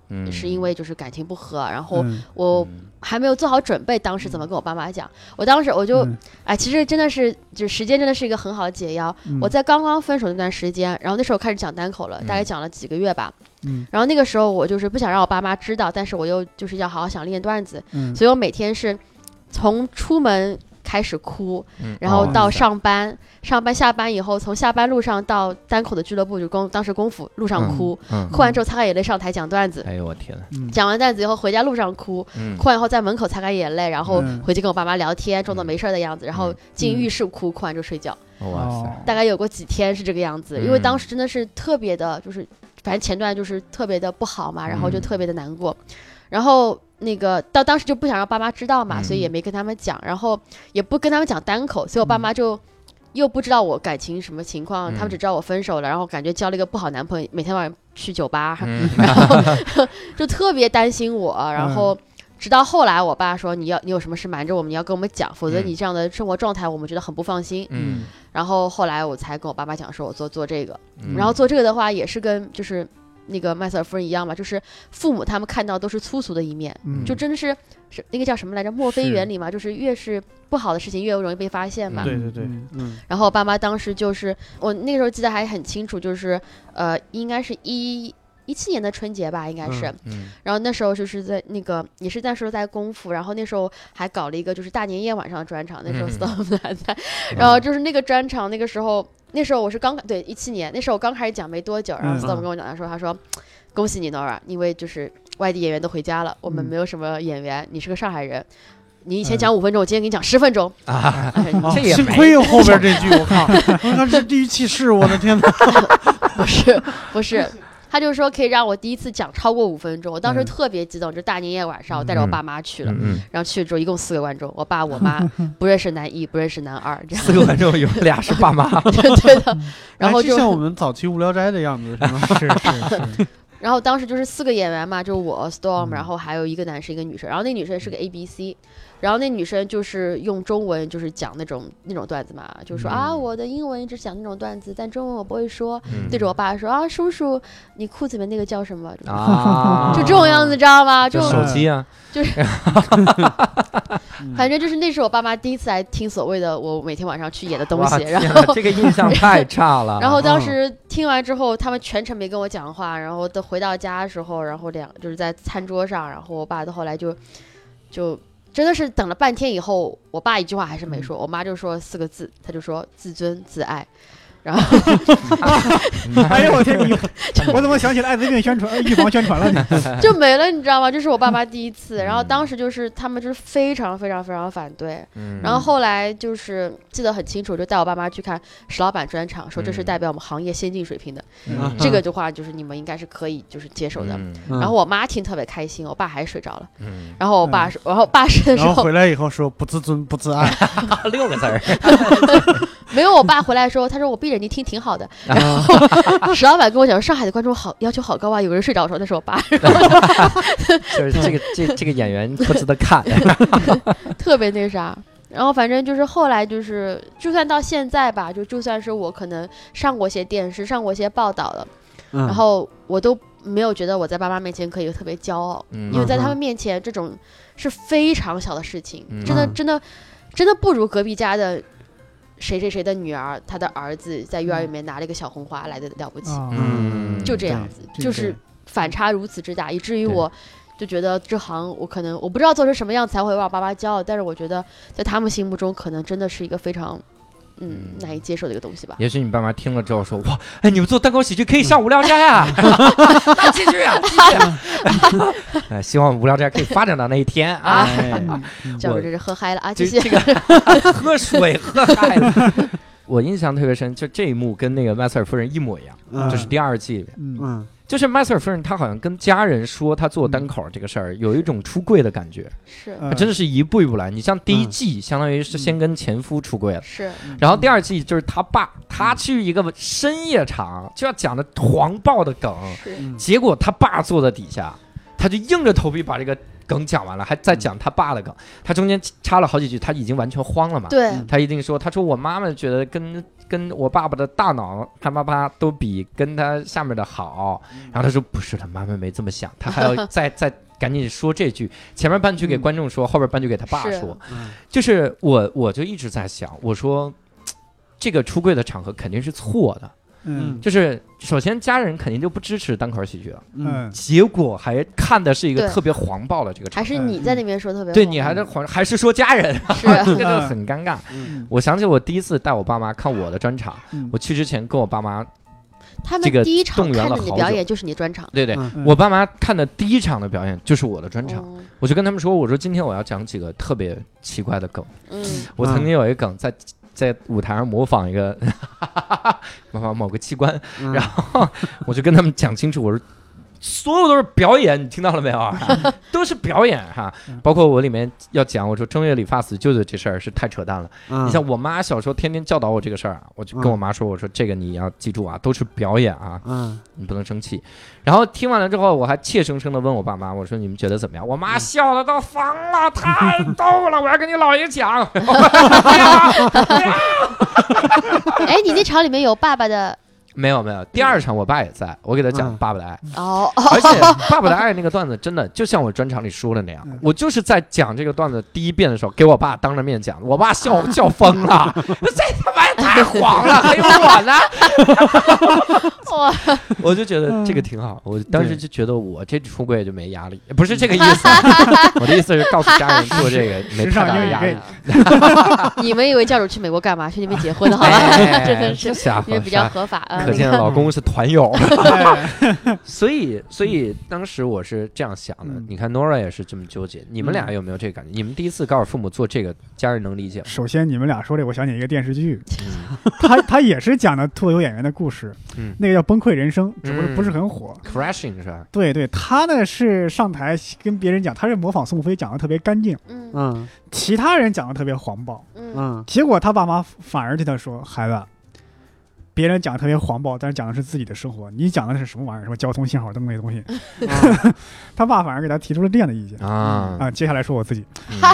是因为就是感情不和，然后我还没有做好准备，当时怎么跟我爸妈讲？当时我就其实真的是就时间真的是一个很好的解药。我在刚刚分手那段时间，然后那时候开始讲单口了，大概讲了几个月吧。然后那个时候我就是不想让我爸妈知道，但是我又就是要好好想练段子，所以我每天是从出门开始哭，然后到上班下班以后，从下班路上到单口的俱乐部，就当时功夫路上哭，哭完之后擦干眼泪上台讲段子。 哎呦我天！ 讲完段子以后回家路上哭，哭完以后在门口擦干眼泪，然后回去跟我爸妈聊天，装作没事的样子，然后进浴室哭，哭完就睡觉。哇塞！大概有过几天是这个样子，因为当时真的是特别的，就是反正前段就是特别的不好嘛，然后就特别的难过，然后。那个到当时就不想让爸妈知道嘛，所以也没跟他们讲，然后也不跟他们讲单口，所以我爸妈就又不知道我感情什么情况，他们只知道我分手了，然后感觉交了一个不好男朋友，每天晚上去酒吧，然后就特别担心我，然后直到后来我爸说你有什么事瞒着我们，你要跟我们讲，否则你这样的生活状态我们觉得很不放心。然后后来我才跟我爸妈讲说我做这个，然后做这个的话也是跟就是那个麦瑟尔夫人一样嘛，就是父母他们看到都是粗俗的一面，就真的是那个叫什么来着，墨菲原理嘛，就是越是不好的事情越容易被发现嘛。 对对对， 然后我爸妈当时就是我那个时候记得还很清楚，就是应该是17年的春节吧，应该是。然后那时候就是在那个也是那时候在功夫，然后那时候还搞了一个就是大年夜晚上的专场，那时候 Storm 还在，然后就是那个专场那时候我是17年，那时候我刚开始讲没多久，然后 Storm 跟我讲的时候，他说恭喜你 Nora， 因为就是外地演员都回家了，我们没有什么演员，你是个上海人，你以前讲5分钟，我今天给你讲10分钟啊！ 幸亏有后边这句，我靠，那是地狱启示，我的天哪！ 不是。他就说可以让我第一次讲超过5分钟，我当时特别激动，就大年夜晚上我带着我爸妈去了，然后去了之后一共4个观众，我爸我妈不认识男1不认识男2，这样 4个观众有俩是爸妈， 对的，然后就像我们早期无聊斋的样子，是吗？ 是。 然后当时就是4个演员嘛，就我 Storm，然后还有一个男生一个女生，然后那女生是个 ABC， 然后那女生就是用中文就是讲那种段子嘛，就说我的英文一直讲那种段子，但中文我不会说，对着我爸说叔叔你裤子里面那个叫什么就这种样子知道吗？就手机啊， 就是反正就是那是我爸妈第一次来听所谓的我每天晚上去演的东西，然后这个印象太差了。 然后当时听完之后，他们全程没跟我讲话，然后回到家的时候，然后就是在餐桌上，然后我爸到后来就真的是等了半天以后，我爸一句话还是没说，我妈就说4个字，他就说自尊自爱。然后， 哎呦我天！我怎么想起来艾滋病宣传、预防宣传了呢？ 就没了，你知道吗？这是我爸妈第一次。然后当时就是他们就是非常非常非常反对。然后后来就是记得很清楚，就带我爸妈去看石老板专场，说这是代表我们行业先进水平的。这个的话就是你们应该是可以就是接受的。然后我妈听特别开心，我爸还是睡着了。然后我爸说，然后爸睡的时候， 然后回来以后说不自尊不自爱 ，6个字儿。 没有，我爸回来说，他说我闭着你听挺好的。然后石老板跟我讲，上海的观众要求好高啊，有人睡着的时候，那是我爸。 就是这个演员不值得看， 特别那啥。然后反正就是后来就是就算到现在吧，就算是我可能上过些电视，上过些报道了，然后我都没有觉得我在爸妈面前可以特别骄傲，因为在他们面前这种是非常小的事情，真的不如隔壁家的谁的女儿，她的儿子在幼儿园里面拿了一个小红花来的了不起。就这样子，就是反差如此之大，以至于我就觉得这行我不知道做成什么样才会让我爸妈骄傲，但是我觉得在他们心目中可能真的是一个非常难以接受的一个东西吧。 也许你爸妈听了之后说，哇，哎，你们做单口喜剧可以上无聊斋啊，继续啊，希望无聊斋可以发展到那一天啊。 叫我这是喝嗨了啊，继续这个喝水喝嗨了。我印象特别深，就这一幕跟那个麦瑟尔夫人一模一样，就是第2季里面。就是麦瑟尔夫人，她好像跟家人说她做单口这个事儿，有一种出柜的感觉， 是， 真的是一步一步来。你像第1季，相当于是先跟前夫出柜了， 是， 然后第2季就是他爸，他去一个深夜场就要讲的黄暴的梗，结果他爸坐在底下，他就硬着头皮把这个梗讲完了，还在讲他爸的梗，他中间插了好几句，他已经完全慌了嘛。 对， 他一定说，他说我妈妈觉得跟我爸爸的大脑啪都比跟他下面的好，然后他说不是的，妈妈没这么想，他还要再赶紧说这句，前面半句给观众说，后边半句给他爸说，就是我就一直在想，我说这个出柜的场合肯定是错的。就是首先家人肯定就不支持单口喜剧了，结果还看的是一个特别黄暴的这个场合， 还是你在那边说特别对，你还是说家人，这个就很尴尬。我想起我第一次带我爸妈看我的专场，我去之前跟我爸妈， 他们第一场看的你表演就是你专场， 对对，我爸妈看的第一场的表演就是我的专场，我就跟他们说，我说今天我要讲几个特别奇怪的梗，我曾经有一个梗在舞台上模仿一个某个器官，然后我就跟他们讲清楚，我说所有都是表演，你听到了没有？都是表演哈，包括我里面要讲，我说正月理发死舅舅这事儿是太扯淡了。你像我妈小时候天天教导我这个事儿，我就跟我妈说，我说这个你要记住啊，都是表演啊，你不能生气。然后听完了之后，我还怯生生的问我爸妈，我说你们觉得怎么样？我妈笑得都疯了，太逗了，我要跟你姥爷讲。 哎，你那场里面有爸爸的？ 没有，第二场我爸也在，我给他讲爸爸的爱，而且爸爸的爱那个段子真的就像我专场里说的那样，我就是在讲这个段子第一遍的时候，给我爸当着面讲，我爸笑疯了，这他妈也太黄了，还有我呢，我就觉得这个挺好，我当时就觉得我这出柜就没压力，不是这个意思，我的意思是告诉家人做这个没太大的压力。 你们以为教主去美国干嘛？去那边结婚的好吧？真的是因为比较合法。 可见老公是团友，所以当时我是这样想的。你看 Nora 也是这么纠结，你们俩有没有这个感觉？你们第一次告诉父母做这个，家人能理解吗？ 首先你们俩说这，我想起一个电视剧，他也是讲的脱口秀演员的故事，那个叫《崩溃人生》，只不过不是很火。 Crashing 是吧？ 对，他呢是上台跟别人讲，他是模仿宋飞讲的特别干净，其他人讲的特别黄暴，结果他爸妈反而对他说：“孩子。”别人讲的特别黄暴，但是讲的是自己的生活，你讲的是什么玩意儿？什么交通信号灯那些东西？他爸反而给他提出了这样的意见接下来说我自己，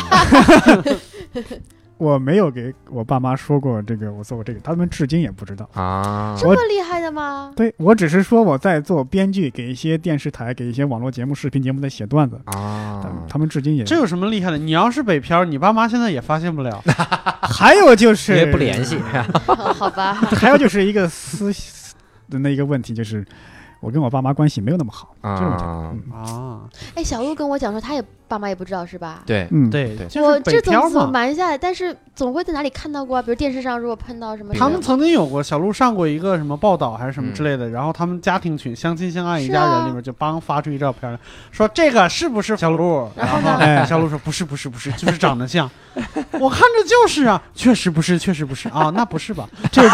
我没有给我爸妈说过这个，我做过这个，他们至今也不知道这么厉害的吗？ 对，我只是说我在做编剧，给一些电视台、给一些网络节目、视频节目在写段子他们至今也这有什么厉害的？你要是北漂，你爸妈现在也发现不了。 还有就是因为不联系， 好吧。 还有就是一个的那一个问题就是。我跟我爸妈关系没有那么好哎，小鹿跟我讲说，他也爸妈也不知道是吧？ 对， 对， 我这怎么瞒下来？但是总会在哪里看到过啊？比如电视上如果碰到什么， 他们曾经有过，小鹿上过一个什么报道还是什么之类的，然后他们家庭群相亲相爱一家人里面就发出一照片，说这个是不是小鹿？然后小鹿说不是，就是长得像，我看着就是啊，确实不是啊，那不是吧？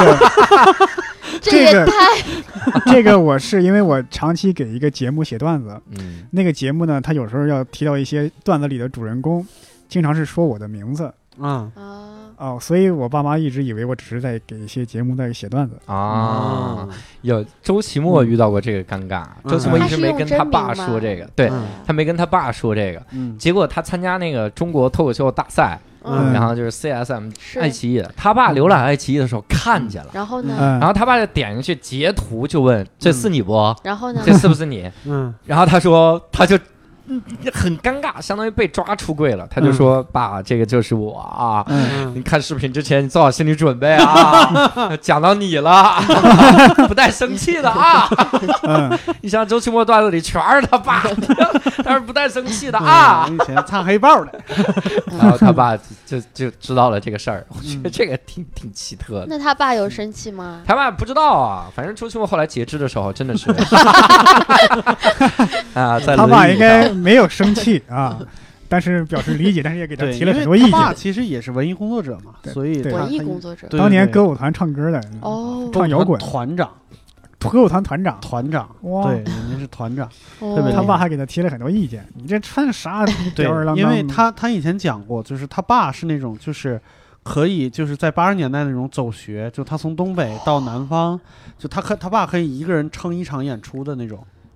这个我是因为我长期给一个节目写段子，那个节目呢，他有时候要提到一些段子里的主人公，经常是说我的名字，所以我爸妈一直以为我只是在给一些节目在写段子有周奇墨遇到过这个尴尬，周奇墨一直没跟他爸说这个，对他没跟他爸说这个，结果他参加那个中国脱口秀大赛。然后就是 CSM 爱奇艺的，他爸浏览爱奇艺的时候看见了， 然后呢， 然后他爸就点进去截图就问这是你不？ 然后呢， 这是不是你？然后他说他就很尴尬，相当于被抓出柜了。他就说：“爸，这个就是我啊！你看视频之前，你做好心理准备啊！讲到你了，不带生气的啊！你像周奇墨段子里全是他爸，但是不带生气的啊！ 以前唱黑豹的， 然后他爸就知道了这个事儿。我觉得这个挺奇特的。 那他爸有生气吗？ 他爸不知道啊，反正周奇墨后来截肢的时候，真的是在他爸应该。”没有生气啊，但是表示理解，但是也给他提了很多意见。 他爸其实也是文艺工作者嘛，所以文艺工作者， 当年歌舞团唱歌的唱摇滚团长， 歌舞团团长， 对，人家是团长， 他爸还给他提了很多意见。你这穿啥吊儿郎当？ 因为他以前讲过，就是他爸是那种就是可以就是在80年代那种走学，就他从东北到南方，就他爸可以一个人撑一场演出的那种。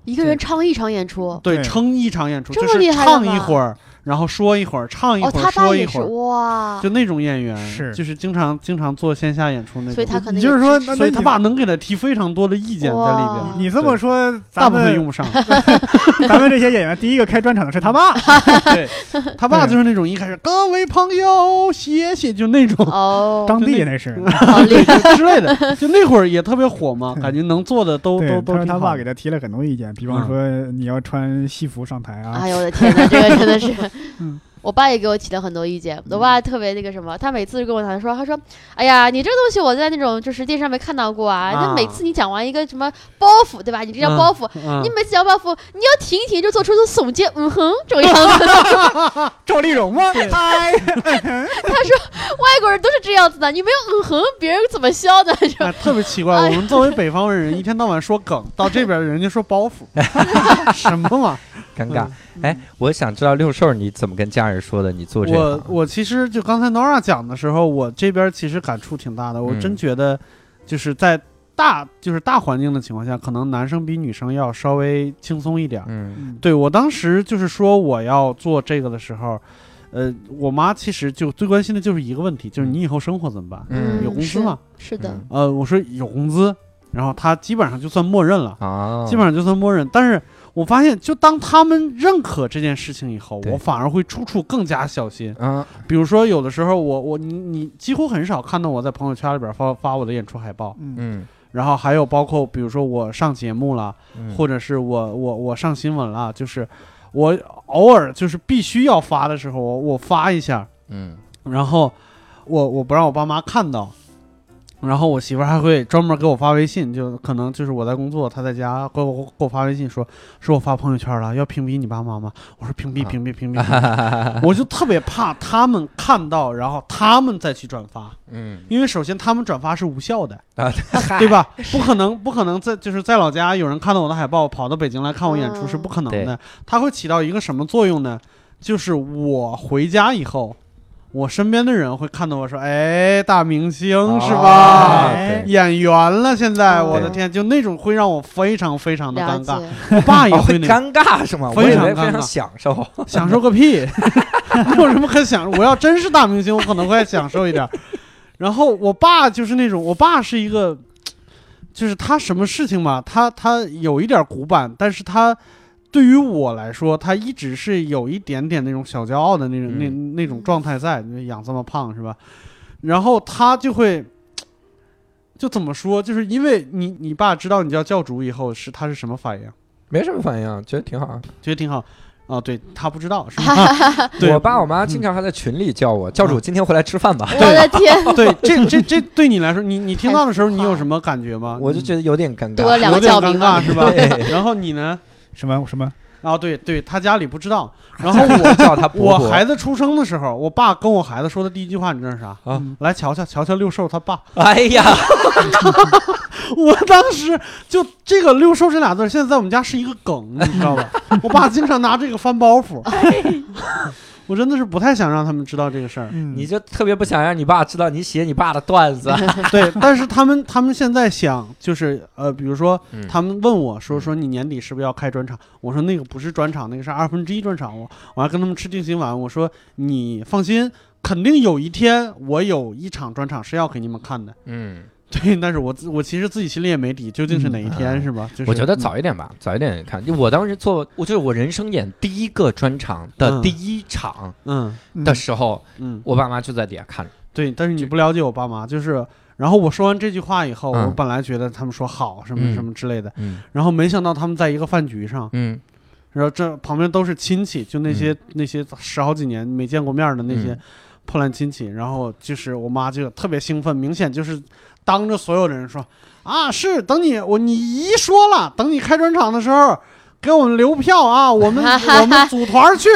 一个人唱一场演出， 对，撑一场演出，就是唱一会儿。然后说一会儿，唱一会儿，说一会儿， 哇， 就那种演员是， 就是经常做线下演出那种， 所以他可能就是说， 所以他爸能给他提非常多的意见在里边。 你这么说， 大部分用不上。 咱们这些演员，第一个开专场的是他爸， 对，他爸就是那种一开始各位朋友，谢谢，就那种张帝那是之类的，就那会儿也特别火嘛，感觉能做的都他爸给他提了很多意见，比方说你要穿西服上台啊。 哎呦我的天哪，这个真的是。我爸也给我提了很多意见，我爸特别那个什么，他每次跟我谈说，他说，哎呀，你这个东西我在那种就是电视上没看到过啊，那每次你讲完一个什么包袱，对吧？你这叫包袱，你每次讲包袱，你要停一停，就做出这种耸肩，这种样子。 赵丽蓉吗？ 他说外国人都是这样子的，你没有别人怎么笑的？ 特别奇怪，我们作为北方人，一天到晚说梗，到这边人家说包袱，什么嘛？ 尴尬。哎，我想知道六兽你怎么跟家人说的？你做这个？ 我其实就刚才 Nora 讲的时候，我这边其实感触挺大的。我真觉得，就是在大环境的情况下，可能男生比女生要稍微轻松一点。对，我当时就是说我要做这个的时候，我妈其实就最关心的就是一个问题，就是你以后生活怎么办？有工资吗？ 是的。 我说有工资，然后她基本上就算默认了啊，基本上就算默认，但是。我发现，就当他们认可这件事情以后，我反而会处更加小心。比如说有的时候你几乎很少看到我在朋友圈里边发我的演出海报。然后还有包括比如说我上节目了，或者是我上新闻了，就是我偶尔就是必须要发的时候，我发一下。然后我不让我爸妈看到。然后我媳妇还会专门给我发微信，就可能就是我在工作，她在家给我发微信说我发朋友圈了，要屏蔽你爸妈吗？我说屏蔽，我就特别怕他们看到，然后他们再去转发，因为首先他们转发是无效的，对吧？不可能在老家有人看到我的海报跑到北京来看我演出是不可能的，它会起到一个什么作用呢？就是我回家以后。我身边的人会看到我说，哎，大明星是吧？演员了，现在我的天，就那种会让我非常非常的尴尬。我爸也会尴尬是吗？ 非常尴尬， 非常享受， 享受个屁！有什么可享受？我要真是大明星，我可能会享受一点。然后我爸就是那种，我爸是一个，就是他什么事情吧，他有一点古板，但是他。对于我来说，他一直是有一点点那种小骄傲的那种状态在，养这么胖是吧？然后他就会，就怎么说？就是因为你爸知道你叫教主以后，他是什么反应？ 没什么反应，觉得挺好， 觉得挺好。哦，对他不知道是吧？ 我爸我妈经常还在群里叫我教主，今天回来吃饭吧。 我的天！ 对，这对你来说，你听到的时候，你有什么感觉吗？ 我就觉得有点尴尬， 多了两个教名尬是吧？然后你呢？ 什么？ 啊，对，他家里不知道。然后我叫他我孩子出生的时候，我爸跟我孩子说的第一句话，你知道是啥？来瞧瞧六兽他爸。 哎呀， 我当时就这个六兽这俩字，现在在我们家是一个梗，你知道吧？我爸经常拿这个翻包袱。我真的是不太想让他们知道这个事儿， 你就特别不想让你爸知道你写你爸的段子。 对，但是他们现在想就是比如说他们问我说你年底是不是要开专场？我说那个不是专场，那个是1/2专场。我还跟他们吃定心丸，我说你放心，肯定有一天我有一场专场是要给你们看的。对，但是我其实自己心里也没底，究竟是哪一天是吧？就是我觉得早一点吧，早一点看。我当时我就是我人生演第一个专场的第一场的时候，我爸妈就在底下看着。 对，但是你不了解我爸妈，就是然后我说完这句话以后，我本来觉得他们说好什么什么之类的，然后没想到他们在一个饭局上，然后这旁边都是亲戚，就那些10好几年没见过面的那些破烂亲戚，然后就是我妈就特别兴奋，明显就是当着所有的人说啊，是等你一说了，等你开专场的时候给我们留票啊，我们组团去。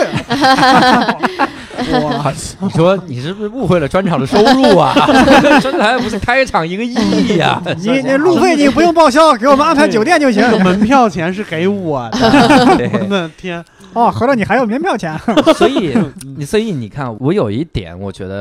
哇，你说你是不是误会了专场的收入啊？专场不是开场1个亿呀？ 你路费你不用报销，给我们安排酒店就行。 门票钱是给我的。我的天！ 哦，合着你还有门票钱。 所以你看，我有一点我觉得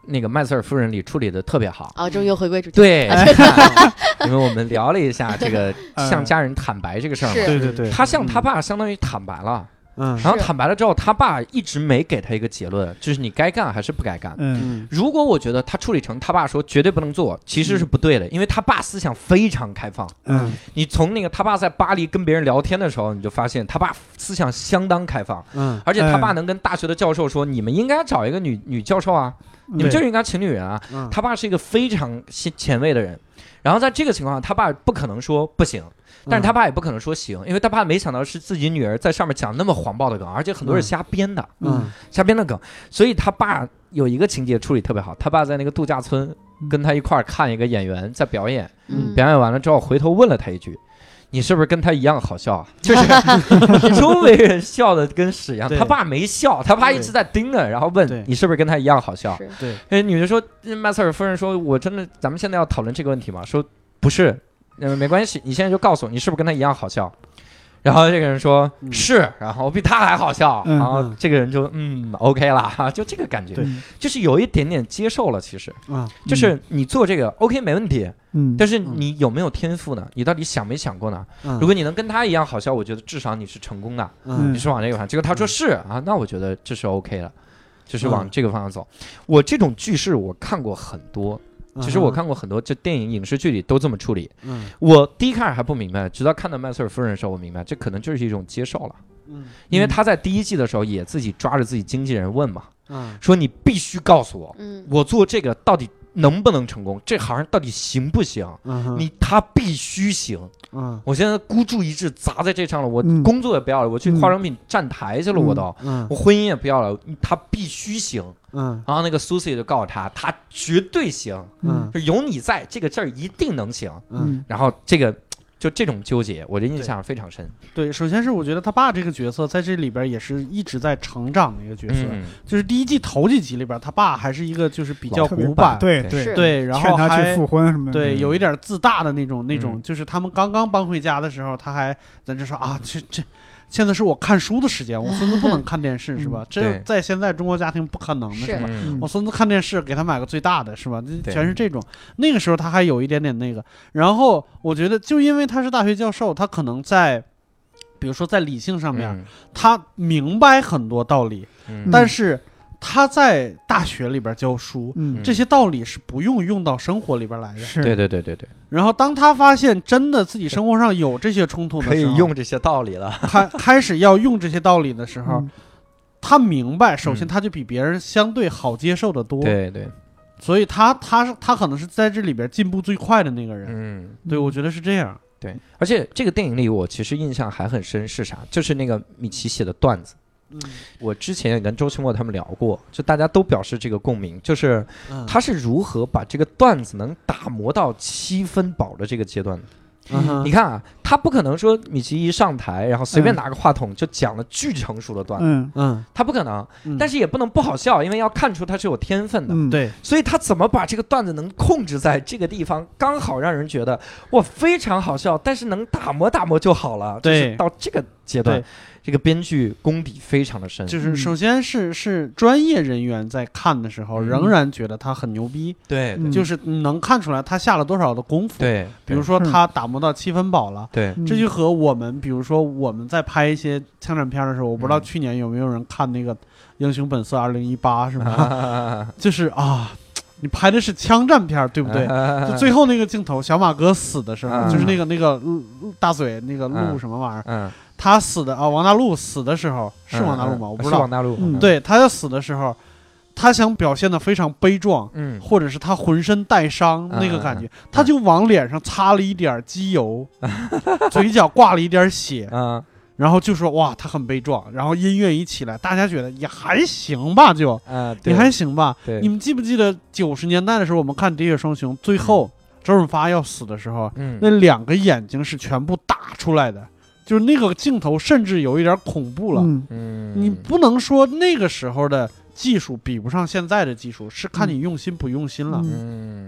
那个麦瑟尔夫人里处理的特别好啊，终于又回归主题。 对，因为我们聊了一下这个向家人坦白这个事儿嘛， 对对对， 他向他爸相当于坦白了。然后坦白了之后，他爸一直没给他一个结论，就是你该干还是不该干。如果我觉得他处理成他爸说绝对不能做，其实是不对的，因为他爸思想非常开放。你从那个他爸在巴黎跟别人聊天的时候，你就发现他爸思想相当开放。而且他爸能跟大学的教授说，你们应该找一个女教授啊，你们就应该请女人啊。他爸是一个非常前卫的人。然后在这个情况下，他爸不可能说不行。但是他爸也不可能说行，因为他爸没想到是自己女儿在上面讲那么黄暴的梗，而且很多是瞎编的，瞎编的梗。所以他爸有一个情节处理特别好，他爸在那个度假村跟他一块儿看一个演员在表演，表演完了之后回头问了他一句：“你是不是跟他一样好笑啊？”就是周围人笑的跟屎一样，他爸没笑，他爸一直在盯着，然后问你是不是跟他一样好笑？对，女的说，麦瑟尔夫人说：“我真的，咱们现在要讨论这个问题吗？”说不是。没关系，你现在就告诉我，你是不是跟他一样好笑？然后这个人说是，然后我比他还好笑，然后这个人就OK 了，就这个感觉，就是有一点点接受了。其实就是你做这个 OK 没问题，但是你有没有天赋呢？你到底想没想过呢？如果你能跟他一样好笑，我觉得至少你是成功的，你是往这个方向。结果他说是啊，那我觉得这是 OK 了，就是往这个方向走。我这种句式我看过很多。其实我看过很多，就电影、影视剧里都这么处理。我第一开始还不明白，直到看到麦瑟尔夫人的时候，我明白这可能就是一种接受了。因为他在第一季的时候也自己抓着自己经纪人问嘛，说你必须告诉我，我做这个到底能不能成功，这行到底行不行？他必须行。我现在孤注一掷砸在这上了，我工作也不要了，我去化妆品站台去了，我婚姻也不要了，他必须行。然后那个 Susie 就告诉他绝对行，就有你在这个事儿一定能行。然后就这种纠结，我的印象非常深。 对，首先是我觉得他爸这个角色在这里边也是一直在成长的一个角色，就是第一季头几集里边，他爸还是一个就是比较古板，对，然后劝他去复婚什么的， 对，有一点自大的那种，就是他们刚刚搬回家的时候，他还在这说啊，这。现在是我看书的时间，我孙子不能看电视，是吧？这在现在中国家庭不可能的，是吧？我孙子看电视，给他买个最大的，是吧？全是这种。那个时候他还有一点点那个，然后我觉得就因为他是大学教授，他可能在，比如说在理性上面，他明白很多道理，但是他在大学里边教书，这些道理是不用到生活里边来的。 是，对。 然后当他发现真的自己生活上有这些冲突的时候， 可以用这些道理了， 开始要用这些道理的时候，他明白，首先他就比别人相对好接受的多。 对， 所以他可能是在这里边进步最快的那个人。对，我觉得是这样。 对，而且这个电影里我其实印象还很深是啥？就是那个米奇写的段子。我之前也跟周奇墨他们聊过，就大家都表示这个共鸣，就是他是如何把这个段子能打磨到7分饱的这个阶段的。你看啊，他不可能说米奇一上台，然后随便拿个话筒就讲了巨成熟的段子，他不可能，但是也不能不好笑，因为要看出他是有天分的。 对， 所以他怎么把这个段子能控制在这个地方，刚好让人觉得哇非常好笑，但是能打磨就好了。就是到这个阶段。这个编剧功底非常的深， 就是首先是专业人员在看的时候，仍然觉得他很牛逼， 对， 就是能看出来他下了多少的功夫， 对， 比如说他打磨到7分饱了， 对， 这就和我们，比如说我们在拍一些枪战片的时候，我不知道去年有没有人看那个《英雄本色2018》是吗？就是啊。你拍的是枪战片，对不对？就最后那个镜头，小马哥死的时候，就是那个大嘴那个鹿什么玩意儿，他死的啊，王大陆死的时候是王大陆吗？我不知道。 是王大陆。 对，他要死的时候，他想表现的非常悲壮，或者是他浑身带伤那个感觉，他就往脸上擦了一点机油，嘴角挂了一点血，然后就说哇，他很悲壮。然后音乐一起来，大家觉得也还行吧，也还行吧。你们记不记得90年代的时候，我们看《喋血双雄》，最后周润发要死的时候，那2个眼睛是全部打出来的，就是那个镜头甚至有一点恐怖了。你不能说那个时候的技术比不上现在的技术，是看你用心不用心了。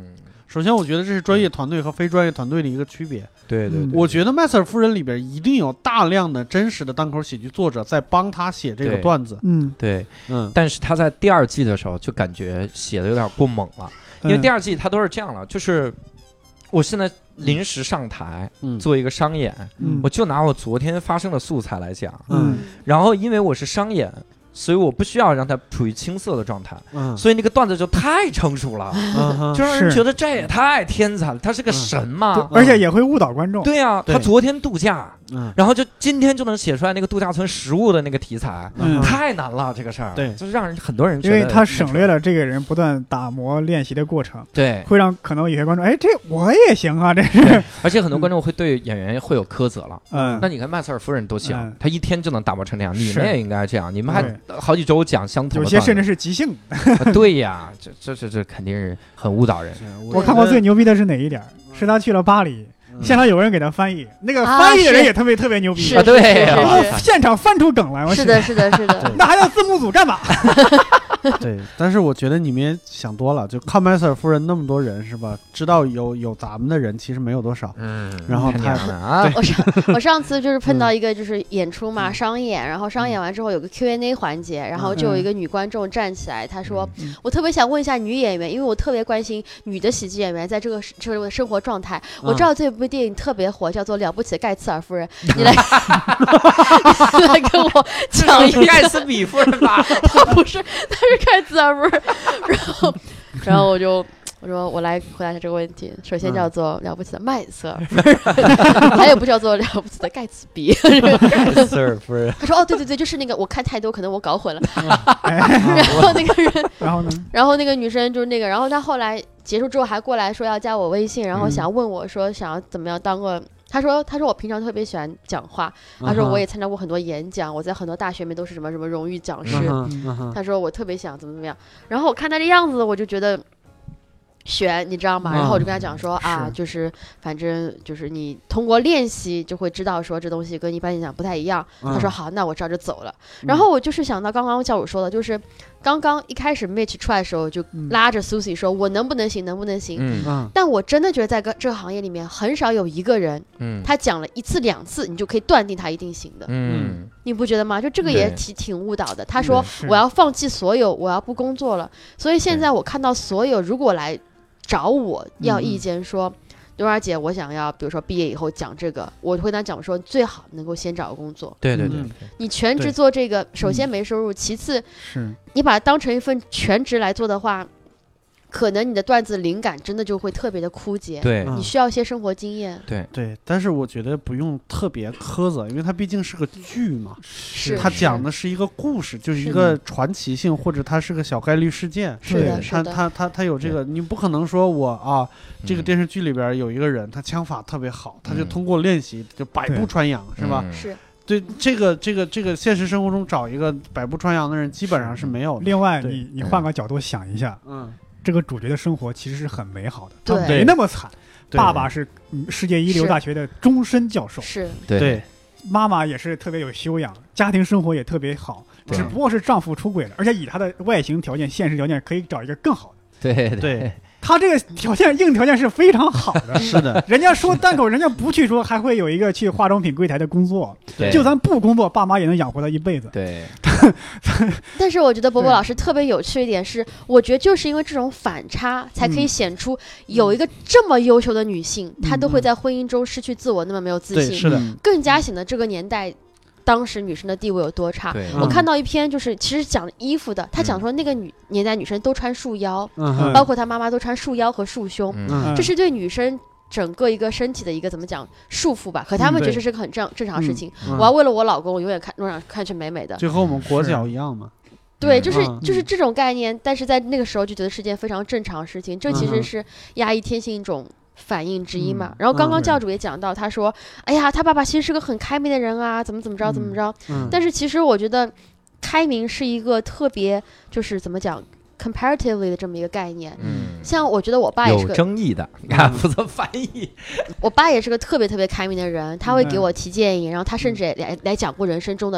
首先，我觉得这是专业团队和非专业团队的一个区别。 对， 我觉得麦瑟尔夫人里边一定有大量的真实的单口喜剧作者在帮他写这个段子。 对，但是他在第2季的时候就感觉写的有点过猛了，因为第2季他都是这样了，就是我现在临时上台做一个商演，我就拿我昨天发生的素材来讲，然后因为我是商演。所以我不需要让他处于青涩的状态，所以那个段子就太成熟了，就让人觉得这也太天才了，他是个神嘛， 而且也会误导观众。 对啊，他昨天度假，然后就今天就能写出来那个度假村食物的那个题材，太难了这个事儿， 对， 就是让人很多人觉得， 因为他省略了这个人不断打磨练习的过程， 对， 会让可能有些观众，哎，这我也行啊，这是， 而且很多观众会对演员会有苛责了，那你看麦瑟尔夫人多行，他1天就能打磨成这样，你们也应该这样，你们还好几周讲相同的， 有些甚至是即兴对呀，这肯定是很误导人。 我看过最牛逼的是哪一点？是他去了巴黎，现场有人给他翻译，那个翻译的人也特别牛逼啊！对， 现场翻出梗来， 是的， 那还要字幕组干嘛？ 对，但是我觉得你们也想多了，就看麦瑟尔夫人那么多人是吧？知道有咱们的人其实没有多少。然后我上次就是碰到一个就是演出嘛，商演，然后商演完之后有个 Q&A 环节，然后就有一个女观众站起来，她说：“我特别想问一下女演员，因为我特别关心女的喜剧演员在这个生活状态。我知道这部电影特别火，叫做《了不起的盖茨尔夫人》，你来跟我讲一个盖茨比夫人吧？ 她不是，她是盖茨尔夫人。然后我说我来回答一下这个问题。首先叫做了不起的麦瑟尔夫人，还有不叫做了不起的盖茨比。 盖茨尔夫人。 他说哦对，就是那个我看太多，可能我搞混了。然后那个人， 然后呢？ 然后那个女生就是那个，然后她后来结束之后还过来说要加我微信，然后想问我说想要怎么样当个。他说我平常特别喜欢讲话，他说我也参加过很多演讲，我在很多大学里面都是什么荣誉讲师。他说我特别想怎么样，然后我看他这样子我就觉得悬，你知道吗？然后我就跟他讲说就是反正就是你通过练习就会知道说这东西跟一般演讲不太一样。他说好，那我照着走了。然后我就是想到刚刚教主说的，就是刚刚一开始 Mitch 出来的时候就拉着 Susie 说我能不能行。但我真的觉得在这个行业里面很少有一个人他讲了1次2次你就可以断定他一定行的。你不觉得吗？就这个也挺误导的。他说我要放弃所有，我要不工作了。所以现在我看到所有如果来找我要意见说刘儿姐我想要比如说毕业以后讲这个，我会跟他讲说最好能够先找个工作。 对， 你全职做这个首先没收入，其次是你把它当成一份全职来做的话，可能你的段子灵感真的就会特别的枯竭。 对， 你需要一些生活经验。 对，但是我觉得不用特别苛责，因为它毕竟是个剧嘛， 是它讲的是一个故事，就是一个传奇性，或者它是个小概率事件。 是的， 它有这个，你不可能说我这个电视剧里边有一个人他枪法特别好，他就通过练习就百步穿杨，是吧？ 是。 对，这个现实生活中找一个百步穿杨的人基本上是没有的。 另外，你换个角度想一下，这个主角的生活其实是很美好的， 他没那么惨。爸爸是世界一流大学的终身教授， 是对， 妈妈也是特别有修养，家庭生活也特别好，只不过是丈夫出轨了，而且以她的外形条件、现实条件可以找一个更好的。 对。 他这个硬条件是非常好的， 是的。 人家说单口，人家不去说，还会有一个去化妆品柜台的工作。就算不工作，爸妈也能养活他一辈子。 对。 但是我觉得伯伯老师特别有趣一点是，我觉得就是因为这种反差，才可以显出有一个这么优秀的女性，她都会在婚姻中失去自我，那么没有自信。 是的。 更加显得这个年代。当时女生的地位有多差？我看到一篇就是其实讲衣服的，他讲说那个年代女生都穿束腰，包括她妈妈都穿束腰和束胸，这是对女生整个一个身体的一个怎么讲束缚吧？可他们觉得是个很正常的事情。我要为了我老公，我永远看成美美的， 就和我们裹脚一样嘛。 对，就是这种概念，但是在那个时候就觉得是件非常正常的事情。这其实是压抑天性一种反应之一嘛。然后刚刚教主也讲到，他说哎呀他爸爸其实是个很开明的人啊，怎么着。但是其实我觉得开明是一个特别就是怎么讲 comparatively 的这么一个概念。像我觉得我爸也是个有争议的，你看负责翻译。我爸也是个特别开明的人，他会给我提建议，然后他甚至也来讲过人生中的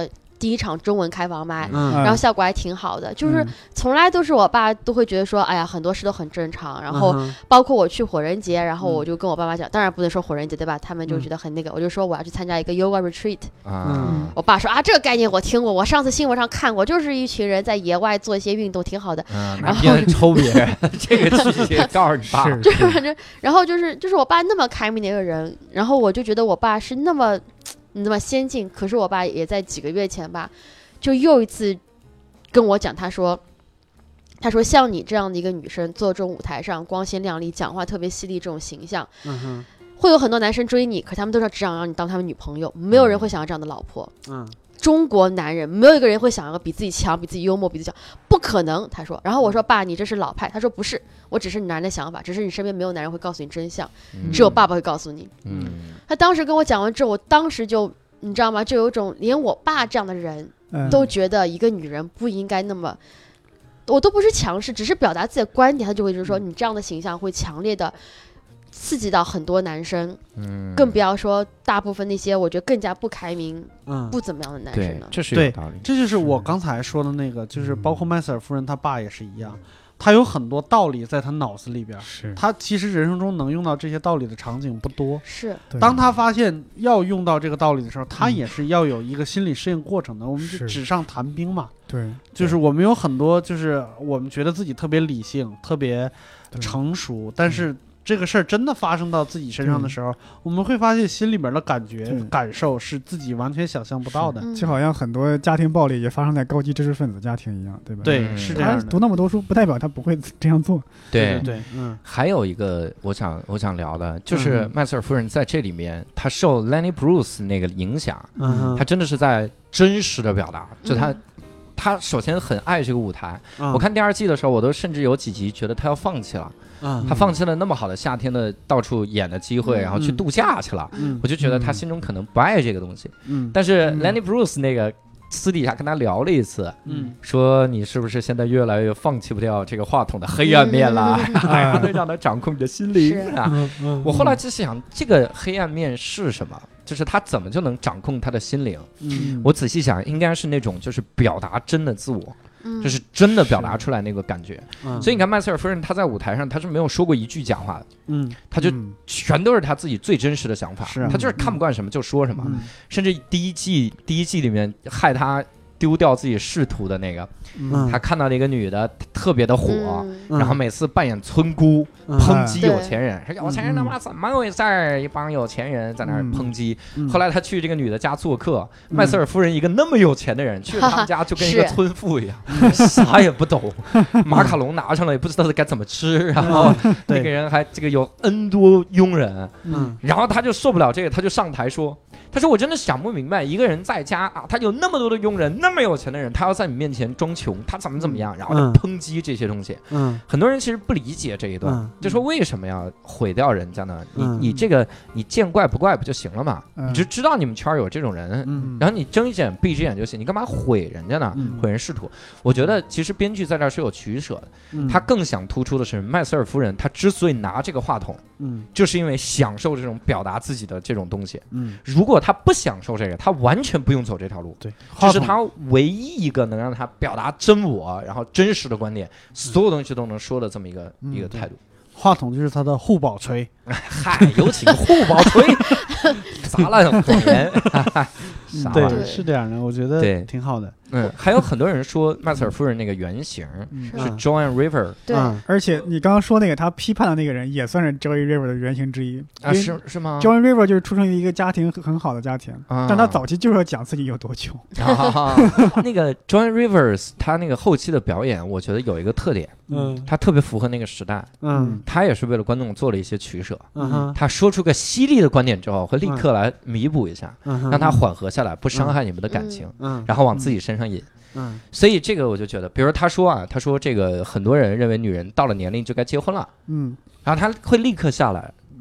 第一场中文开房麦，然后效果还挺好的。就是从来都是我爸都会觉得说，哎呀，很多事都很正常。然后包括我去火人节，然后我就跟我爸妈讲，当然不能说火人节对吧？他们就觉得很那个，我就说我要去参加一个 yoga retreat。我爸说啊，这个概念我听过，我上次新闻上看过，就是一群人在野外做一些运动，挺好的。 然后抽别人，这个具体告诉你爸， 就是反正，然后就是我爸那么开明的一个人，然后我就觉得我爸是那么先进，可是我爸也在几个月前吧，就又一次跟我讲，他说像你这样的一个女生，坐这种舞台上光鲜亮丽，讲话特别犀利，这种形象，会有很多男生追你，可他们都是只想让你当他们女朋友，没有人会想要这样的老婆。中国男人没有一个人会想要比自己强、比自己幽默、比自己强，不可能。他说，然后我说爸，你这是老派。他说不是，我只是你男人的想法，只是你身边没有男人会告诉你真相，只有爸爸会告诉你。他当时跟我讲完之后，我当时就你知道吗？就有种连我爸这样的人都觉得一个女人不应该那么，我都不是强势，只是表达自己的观点，他就会就是说你这样的形象会强烈的刺激到很多男生，更不要说大部分那些我觉得更加不开明、不怎么样的男生了。 这是有道理。 这就是我刚才说的那个，就是包括麦瑟尔夫人她爸也是一样，他有很多道理在他脑子里边，他其实人生中能用到这些道理的场景不多。 是， 当他发现要用到这个道理的时候，他也是要有一个心理适应过程的。我们就纸上谈兵嘛， 对， 就是我们有很多，就是我们觉得自己特别理性、特别成熟，但是这个事儿真的发生到自己身上的时候，我们会发现心里面的感受是自己完全想象不到的。 就好像很多家庭暴力也发生在高级知识分子家庭一样，对吧？ 对，是这样的。 读那么多书不代表他不会这样做。 对，还有一个我想聊的就是麦瑟尔夫人在这里面，她受 Lenny Bruce 那个影响，她真的是在真实的表达，就她首先很爱这个舞台。我看第2季的时候，我都甚至有几集觉得她要放弃了。他放弃了那么好的夏天的到处演的机会，然后去度假去了。我就觉得他心中可能不爱这个东西。但是 Lenny Bruce 那个私底下跟他聊了一次，说你是不是现在越来越放弃不掉这个话筒的黑暗面了？然后让他掌控你的心灵啊！我后来就想，这个黑暗面是什么？就是他怎么就能掌控他的心灵？我仔细想，应该是那种就是表达真的自我。就是真的表达出来那个感觉，所以你看麦瑟尔夫人她在舞台上她是没有说过一句假话的，她就全都是她自己最真实的想法，她就是看不惯什么就说什么，甚至第一季里面害她丢掉自己仕途的那个，他看到那个女的特别的火，然后每次扮演村姑抨击有钱人，说有钱人他妈怎么回事儿，一帮有钱人在那儿抨击。后来他去这个女的家做客，麦瑟尔夫人一个那么有钱的人去他们家就跟一个村妇一样，啥也不懂，马卡龙拿上来也不知道该怎么吃，然后那个人还这个有 N 多佣人，然后他就受不了这个，他就上台说。他说：“我真的想不明白，一个人在家啊，他有那么多的佣人，那么有钱的人，他要在你面前装穷，他怎么样？然后他抨击这些东西。很多人其实不理解这一段，就说为什么要毁掉人家呢？你这个你见怪不怪不就行了嘛？你就知道你们圈有这种人，然后你睁一只眼闭一只眼就行，你干嘛毁人家呢？毁人仕途？我觉得其实编剧在这儿是有取舍的，他更想突出的是麦瑟尔夫人，她之所以拿这个话筒，就是因为享受这种表达自己的这种东西。如果他不享受这个，他完全不用走这条路。对，这是他唯一一个能让他表达真我，然后真实的观点，所有东西都能说的这么一个态度。 话筒就是他的护宝锤。 嗨，有请护宝锤，砸烂谎言。 对，是这样的，我觉得挺好的。 还有很多人说麦瑟尔夫人那个原型是 Joan Rivers， 对， 而且你刚刚说那个他批判的那个人也算是 Joan Rivers 的原型之一啊，是吗 ？Joan Rivers 就是出生于一个家庭很好的家庭，但他早期就是要讲自己有多穷。 那个 Joan Rivers 他那个后期的表演，我觉得有一个特点，他特别符合那个时代，他也是为了观众做了一些取舍，他说出个犀利的观点之后，会立刻来弥补一下，让他缓和下来，不伤害你们的感情，然后往自己身上引。所以这个我就觉得，比如他说这个很多人认为女人到了年龄就该结婚了，然后他会立刻下来，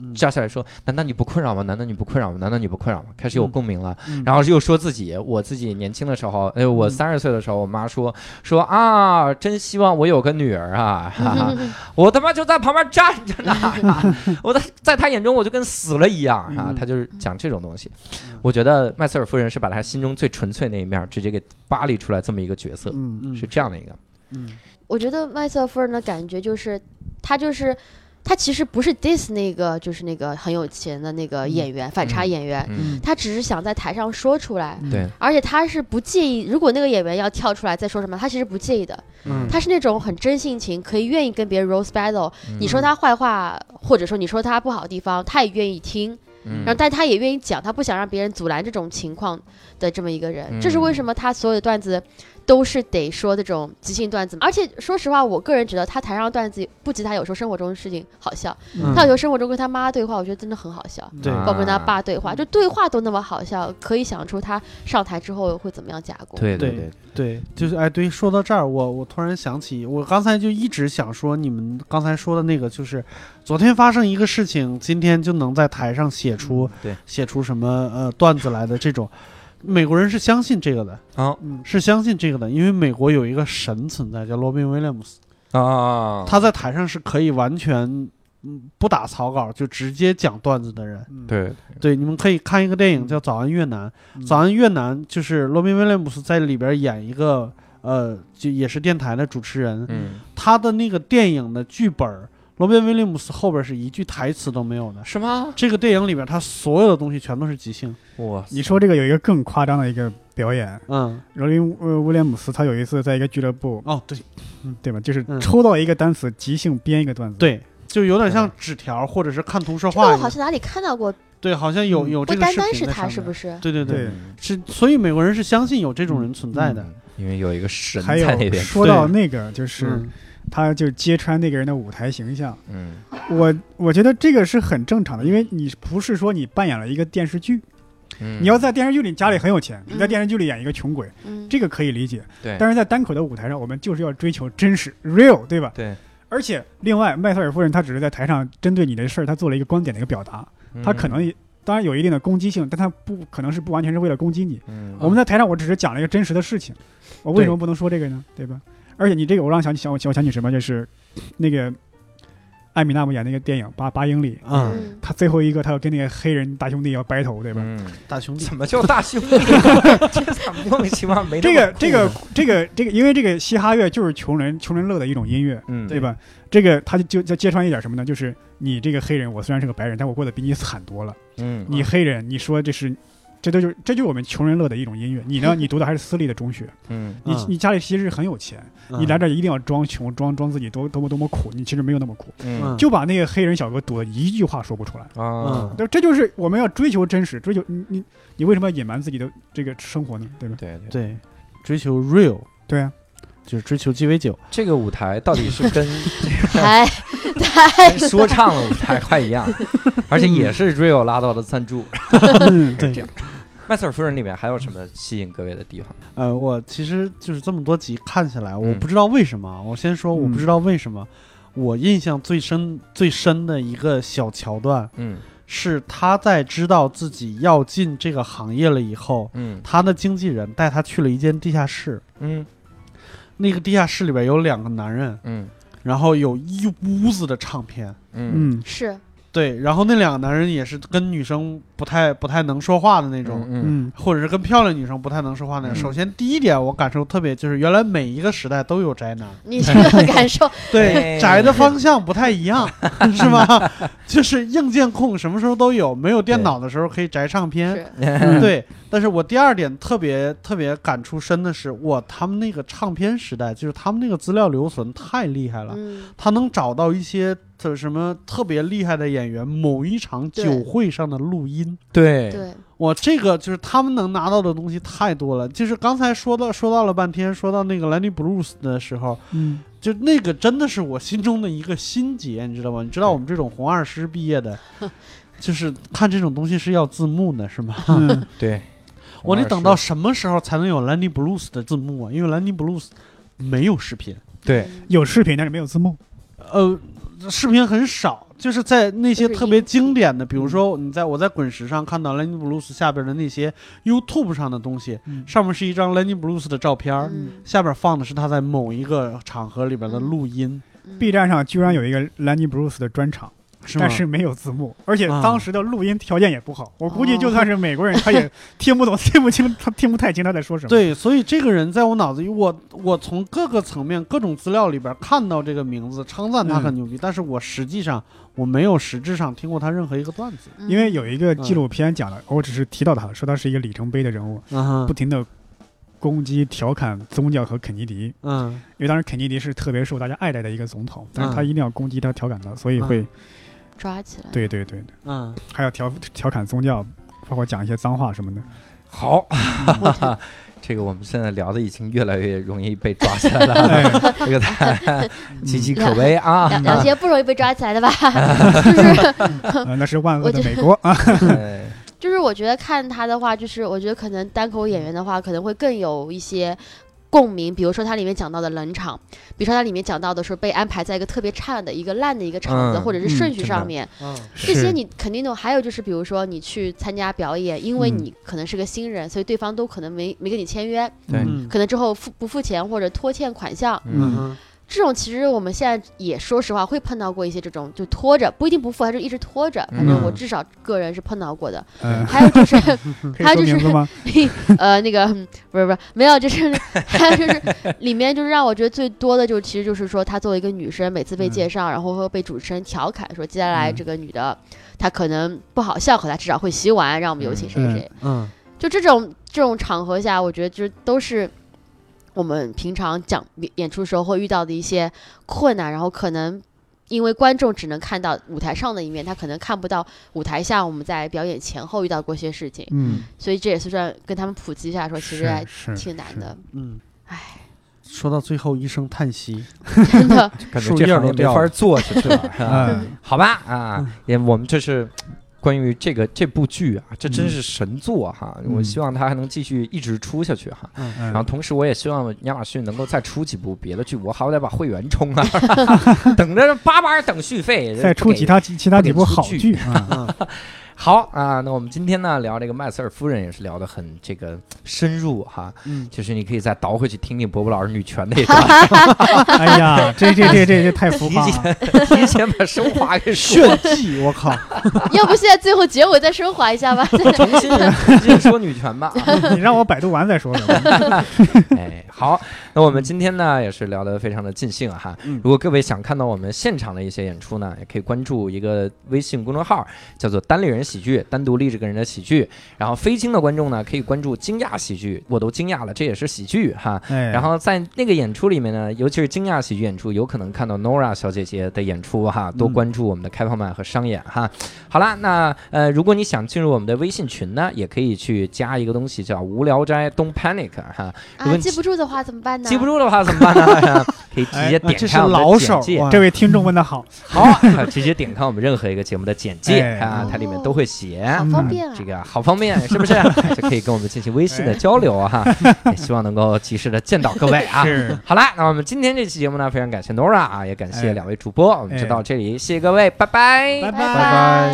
接下来说，难道你不困扰吗？难道你不困扰吗？难道你不困扰吗？开始有共鸣了，然后又说我自己年轻的时候，我30岁的时候，我妈说啊，真希望我有个女儿啊，我他妈就在旁边站着呢，我在她眼中我就跟死了一样啊，她就是讲这种东西。我觉得麦瑟尔夫人是把她心中最纯粹那一面直接给扒离出来这么一个角色，是这样的一个。 我觉得麦瑟尔夫人的感觉就是他其实不是 diss 那个就是那个很有钱的那个演员，反差演员，他只是想在台上说出来， 对， 而且他是不介意，如果那个演员要跳出来再说什么，他其实不介意的，他是那种很真性情，可以愿意跟别人 roast battle，你说他坏话，或者说你说他不好的地方，他也愿意听。然后，但他也愿意讲，他不想让别人阻拦这种情况的这么一个人，这是为什么他所有的段子都是得说这种即兴段子。而且说实话，我个人觉得他台上的段子不及他有时候生活中的事情好笑。他有时候生活中跟他妈对话，我觉得真的很好笑， 对， 包括跟他爸对话，就对话都那么好笑，可以想出他上台之后会怎么样加工。 对，就是对，说到这儿，我突然想起，我刚才就一直想说，你们刚才说的那个，就是昨天发生一个事情，今天就能在台上写出什么段子来的这种，美国人是相信这个的是相信这个的，因为美国有一个神存在，叫罗宾威廉姆斯啊，他在台上是可以完全不打草稿就直接讲段子的人。对，你们可以看一个电影叫《早安越南》，早安越南就是罗宾威廉姆斯在里边演一个就也是电台的主持人，他的那个电影的剧本罗宾威廉姆斯后边是一句台词都没有的。 是吗？ 这个电影里边他所有的东西全都是即兴。 哇！你说这个有一个更夸张的一个表演，罗宾威廉姆斯他有一次在一个俱乐部，对吧？就是抽到一个单词即兴编一个段子， 对，就有点像纸条或者是看图说话。 这个我好像哪里看到过。 对，好像有这个视频。 不单单是他，是不是？ 对，是，所以美国人是相信有这种人存在的， 因为有一个神在那边。 说到那个，就是他就揭穿那个人的舞台形象。我觉得这个是很正常的，因为你不是说你扮演了一个电视剧，你要在电视剧里家里很有钱，你在电视剧里演一个穷鬼，这个可以理解。 对， 但是在单口的舞台上，我们就是要追求真实 real， 对吧？ 对。 而且另外，麦瑟尔夫人她只是在台上针对你的事儿，她做了一个观点的一个表达，她可能当然有一定的攻击性，但她不可能是不完全是为了攻击你。我们在台上，我只是讲了一个真实的事情，我为什么不能说这个呢？对吧？而且你这个，我想起什么，就是那个艾米纳姆演那个电影八英里，他最后一个他要跟那个黑人大兄弟要battle，对吧？ 大兄弟怎么叫大兄弟？这咋莫名其妙没这个，因为这个嘻哈乐就是穷人乐的一种音乐，对吧？这个他就揭穿一点什么呢？就是你这个黑人，我虽然是个白人，但我过得比你惨多了。你黑人，你说这就是我们穷人乐的一种音乐。你呢？你读的还是私立的中学，你家里其实很有钱，你来这一定要装穷，装自己多么苦，你其实没有那么苦，就把那个黑人小哥堵得一句话说不出来啊！这就是我们要追求真实，追求你为什么要隐瞒自己的这个生活呢？对吧？ 对，追求 real， 对啊。 就是追求鸡尾酒。 这个舞台到底是跟太说唱的舞台快一样，而且也是 Real 拉到的赞助。 对， 这样。麦瑟尔夫人里面还有什么吸引各位的地方？ 我其实就是这么多集看下来，我不知道为什么。我先说，我不知道为什么。我印象最深的一个小桥段，是他在知道自己要进这个行业了以后，他的经纪人带他去了一间地下室，那个地下室里边有2个男人，然后有一屋子的唱片， 是对，然后那2个男人也是跟女生不太能说话的那种，或者是跟漂亮女生不太能说话那种。首先第一点我感受特别，就是原来每一个时代都有宅男， 你这个感受对宅的方向不太一样，是吗？就是硬件控什么时候都有，没有电脑的时候可以宅唱片，对。但是我第二点特别感触深的是，他们那个唱片时代，就是他们那个资料留存太厉害了，他能找到一些什么特别厉害的演员某一场酒会上的录音， 对， 我这个就是他们能拿到的东西太多了。就是刚才说到了半天，说到那个 Lenny Bruce 的时候，就那个真的是我心中的一个心结，你知道吗？你知道我们这种红二师毕业的，就是看这种东西是要字幕的，是吗？ 对。 我得等到什么时候才能有 Lenny Bruce 的字幕啊？因为 Lenny Bruce 没有视频， 对， 有视频但是没有字幕。 视频很少，就是在那些特别经典的，比如说我在滚石上看到 Lenny Bruce 下边的那些 YouTube 上的东西，上面是一张 Lenny Bruce 的照片，下边放的是他在某一个场合里边的录音。 B 站上居然有一个 Lenny Bruce 的专场。但是没有字幕，而且当时的录音条件也不好，我估计就算是美国人他也听不懂听不清，他听不太清他在说什么。 对，所以这个人在我脑子里，我从各个层面各种资料里边看到这个名字，称赞他很牛逼，但是我实际上我没有实质上听过他任何一个段子。 因为有一个纪录片讲了，我只是提到他，说他是一个里程碑的人物，不停的攻击调侃宗教和肯尼迪，因为当时肯尼迪是特别受大家爱戴的一个总统，但是他一定要攻击他调侃他，所以会抓起来。 对，还要调侃宗教，包括讲一些脏话什么的。 好，这个我们现在聊的已经越来越容易被抓起来了，这个太岌岌可危啊！ 两些不容易被抓起来的吧？ 那是万恶的美国啊！ 就是我觉得看他的话，就是我觉得可能单口演员的话，可能会更有一些共鸣，比如说它里面讲到的冷场，比如说它里面讲到的是被安排在一个特别差的一个烂的一个场子，或者是顺序上面，这些你肯定都还有就是比如说你去参加表演，因为你可能是个新人，所以对方都可能没跟你签约，可能之后不付钱或者拖欠款项，这种其实我们现在也说实话会碰到过一些这种就拖着不一定不付，还是一直拖着，反正我至少个人是碰到过的。还有就是还有就是那个不是没有，就是还有就是里面就是让我觉得最多的就其实就是说她作为一个女生每次被介绍，然后会被主持人调侃说接下来这个女的她可能不好笑，可她至少会洗碗，让我们有请谁谁。就这种场合下，我觉得就都是我们平常讲演出的时候会遇到的一些困难，然后可能因为观众只能看到舞台上的一面，他可能看不到舞台下我们在表演前后遇到过一些事情，所以这也是算跟他们普及一下，说其实还挺难的。 说到最后一声叹息， 真的感觉这行业没法做下去了，是吧？好吧啊，我们这是。关于这部剧啊，这真是神作哈！我希望它还能继续一直出下去哈。然后同时我也希望亚马逊能够再出几部别的剧，我好歹把会员充啊，等着巴巴等续费， 再出其他几部好剧啊。 好啊，那我们今天呢聊这个麦瑟尔夫人也是聊得很这个深入哈，就是你可以再倒回去听听伯伯老师女权那一段。 哎呀，这太浮夸了， 提前把升华给炫技，我靠！ 要不现在最后结尾再升华一下吧， 重新说女权吧。 你让我百度完再说。 哎，好，那我们今天呢也是聊得非常的尽兴哈。如果各位想看到我们现场的一些演出呢，也可以关注一个微信公众号，叫做单立人喜剧，单独立这个人的喜剧。然后非京的观众呢，可以关注惊讶喜剧，我都惊讶了，这也是喜剧哈。然后在那个演出里面呢，尤其是惊讶喜剧演出，有可能看到 Nora 小姐姐的演出哈，多关注我们的开放麦和商演哈。好啦，那如果你想进入我们的微信群呢，也可以去加一个东西叫无聊斋 Don't Panic 哈。如果记不住的话怎么办呢？ 记不住的话怎么办呢？可以直接点开我们的简介。 这位听众问的好， 直接点开我们任何一个节目的简介啊，它里面都会写， 好方便啊， 这个好方便，是不是？就可以跟我们进行微信的交流哈。也希望能够及时的见到各位啊。好啦，那我们今天这期节目呢，非常感谢 Nora 啊，也感谢两位主播，我们就到这里，谢谢各位，拜拜， 拜拜。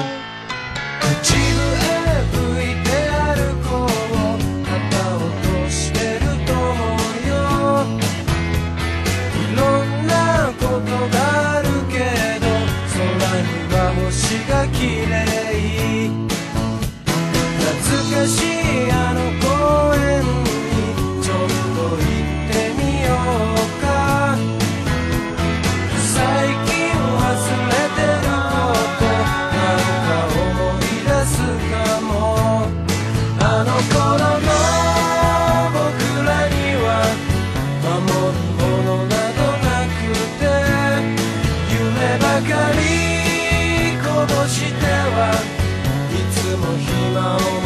いつも暇を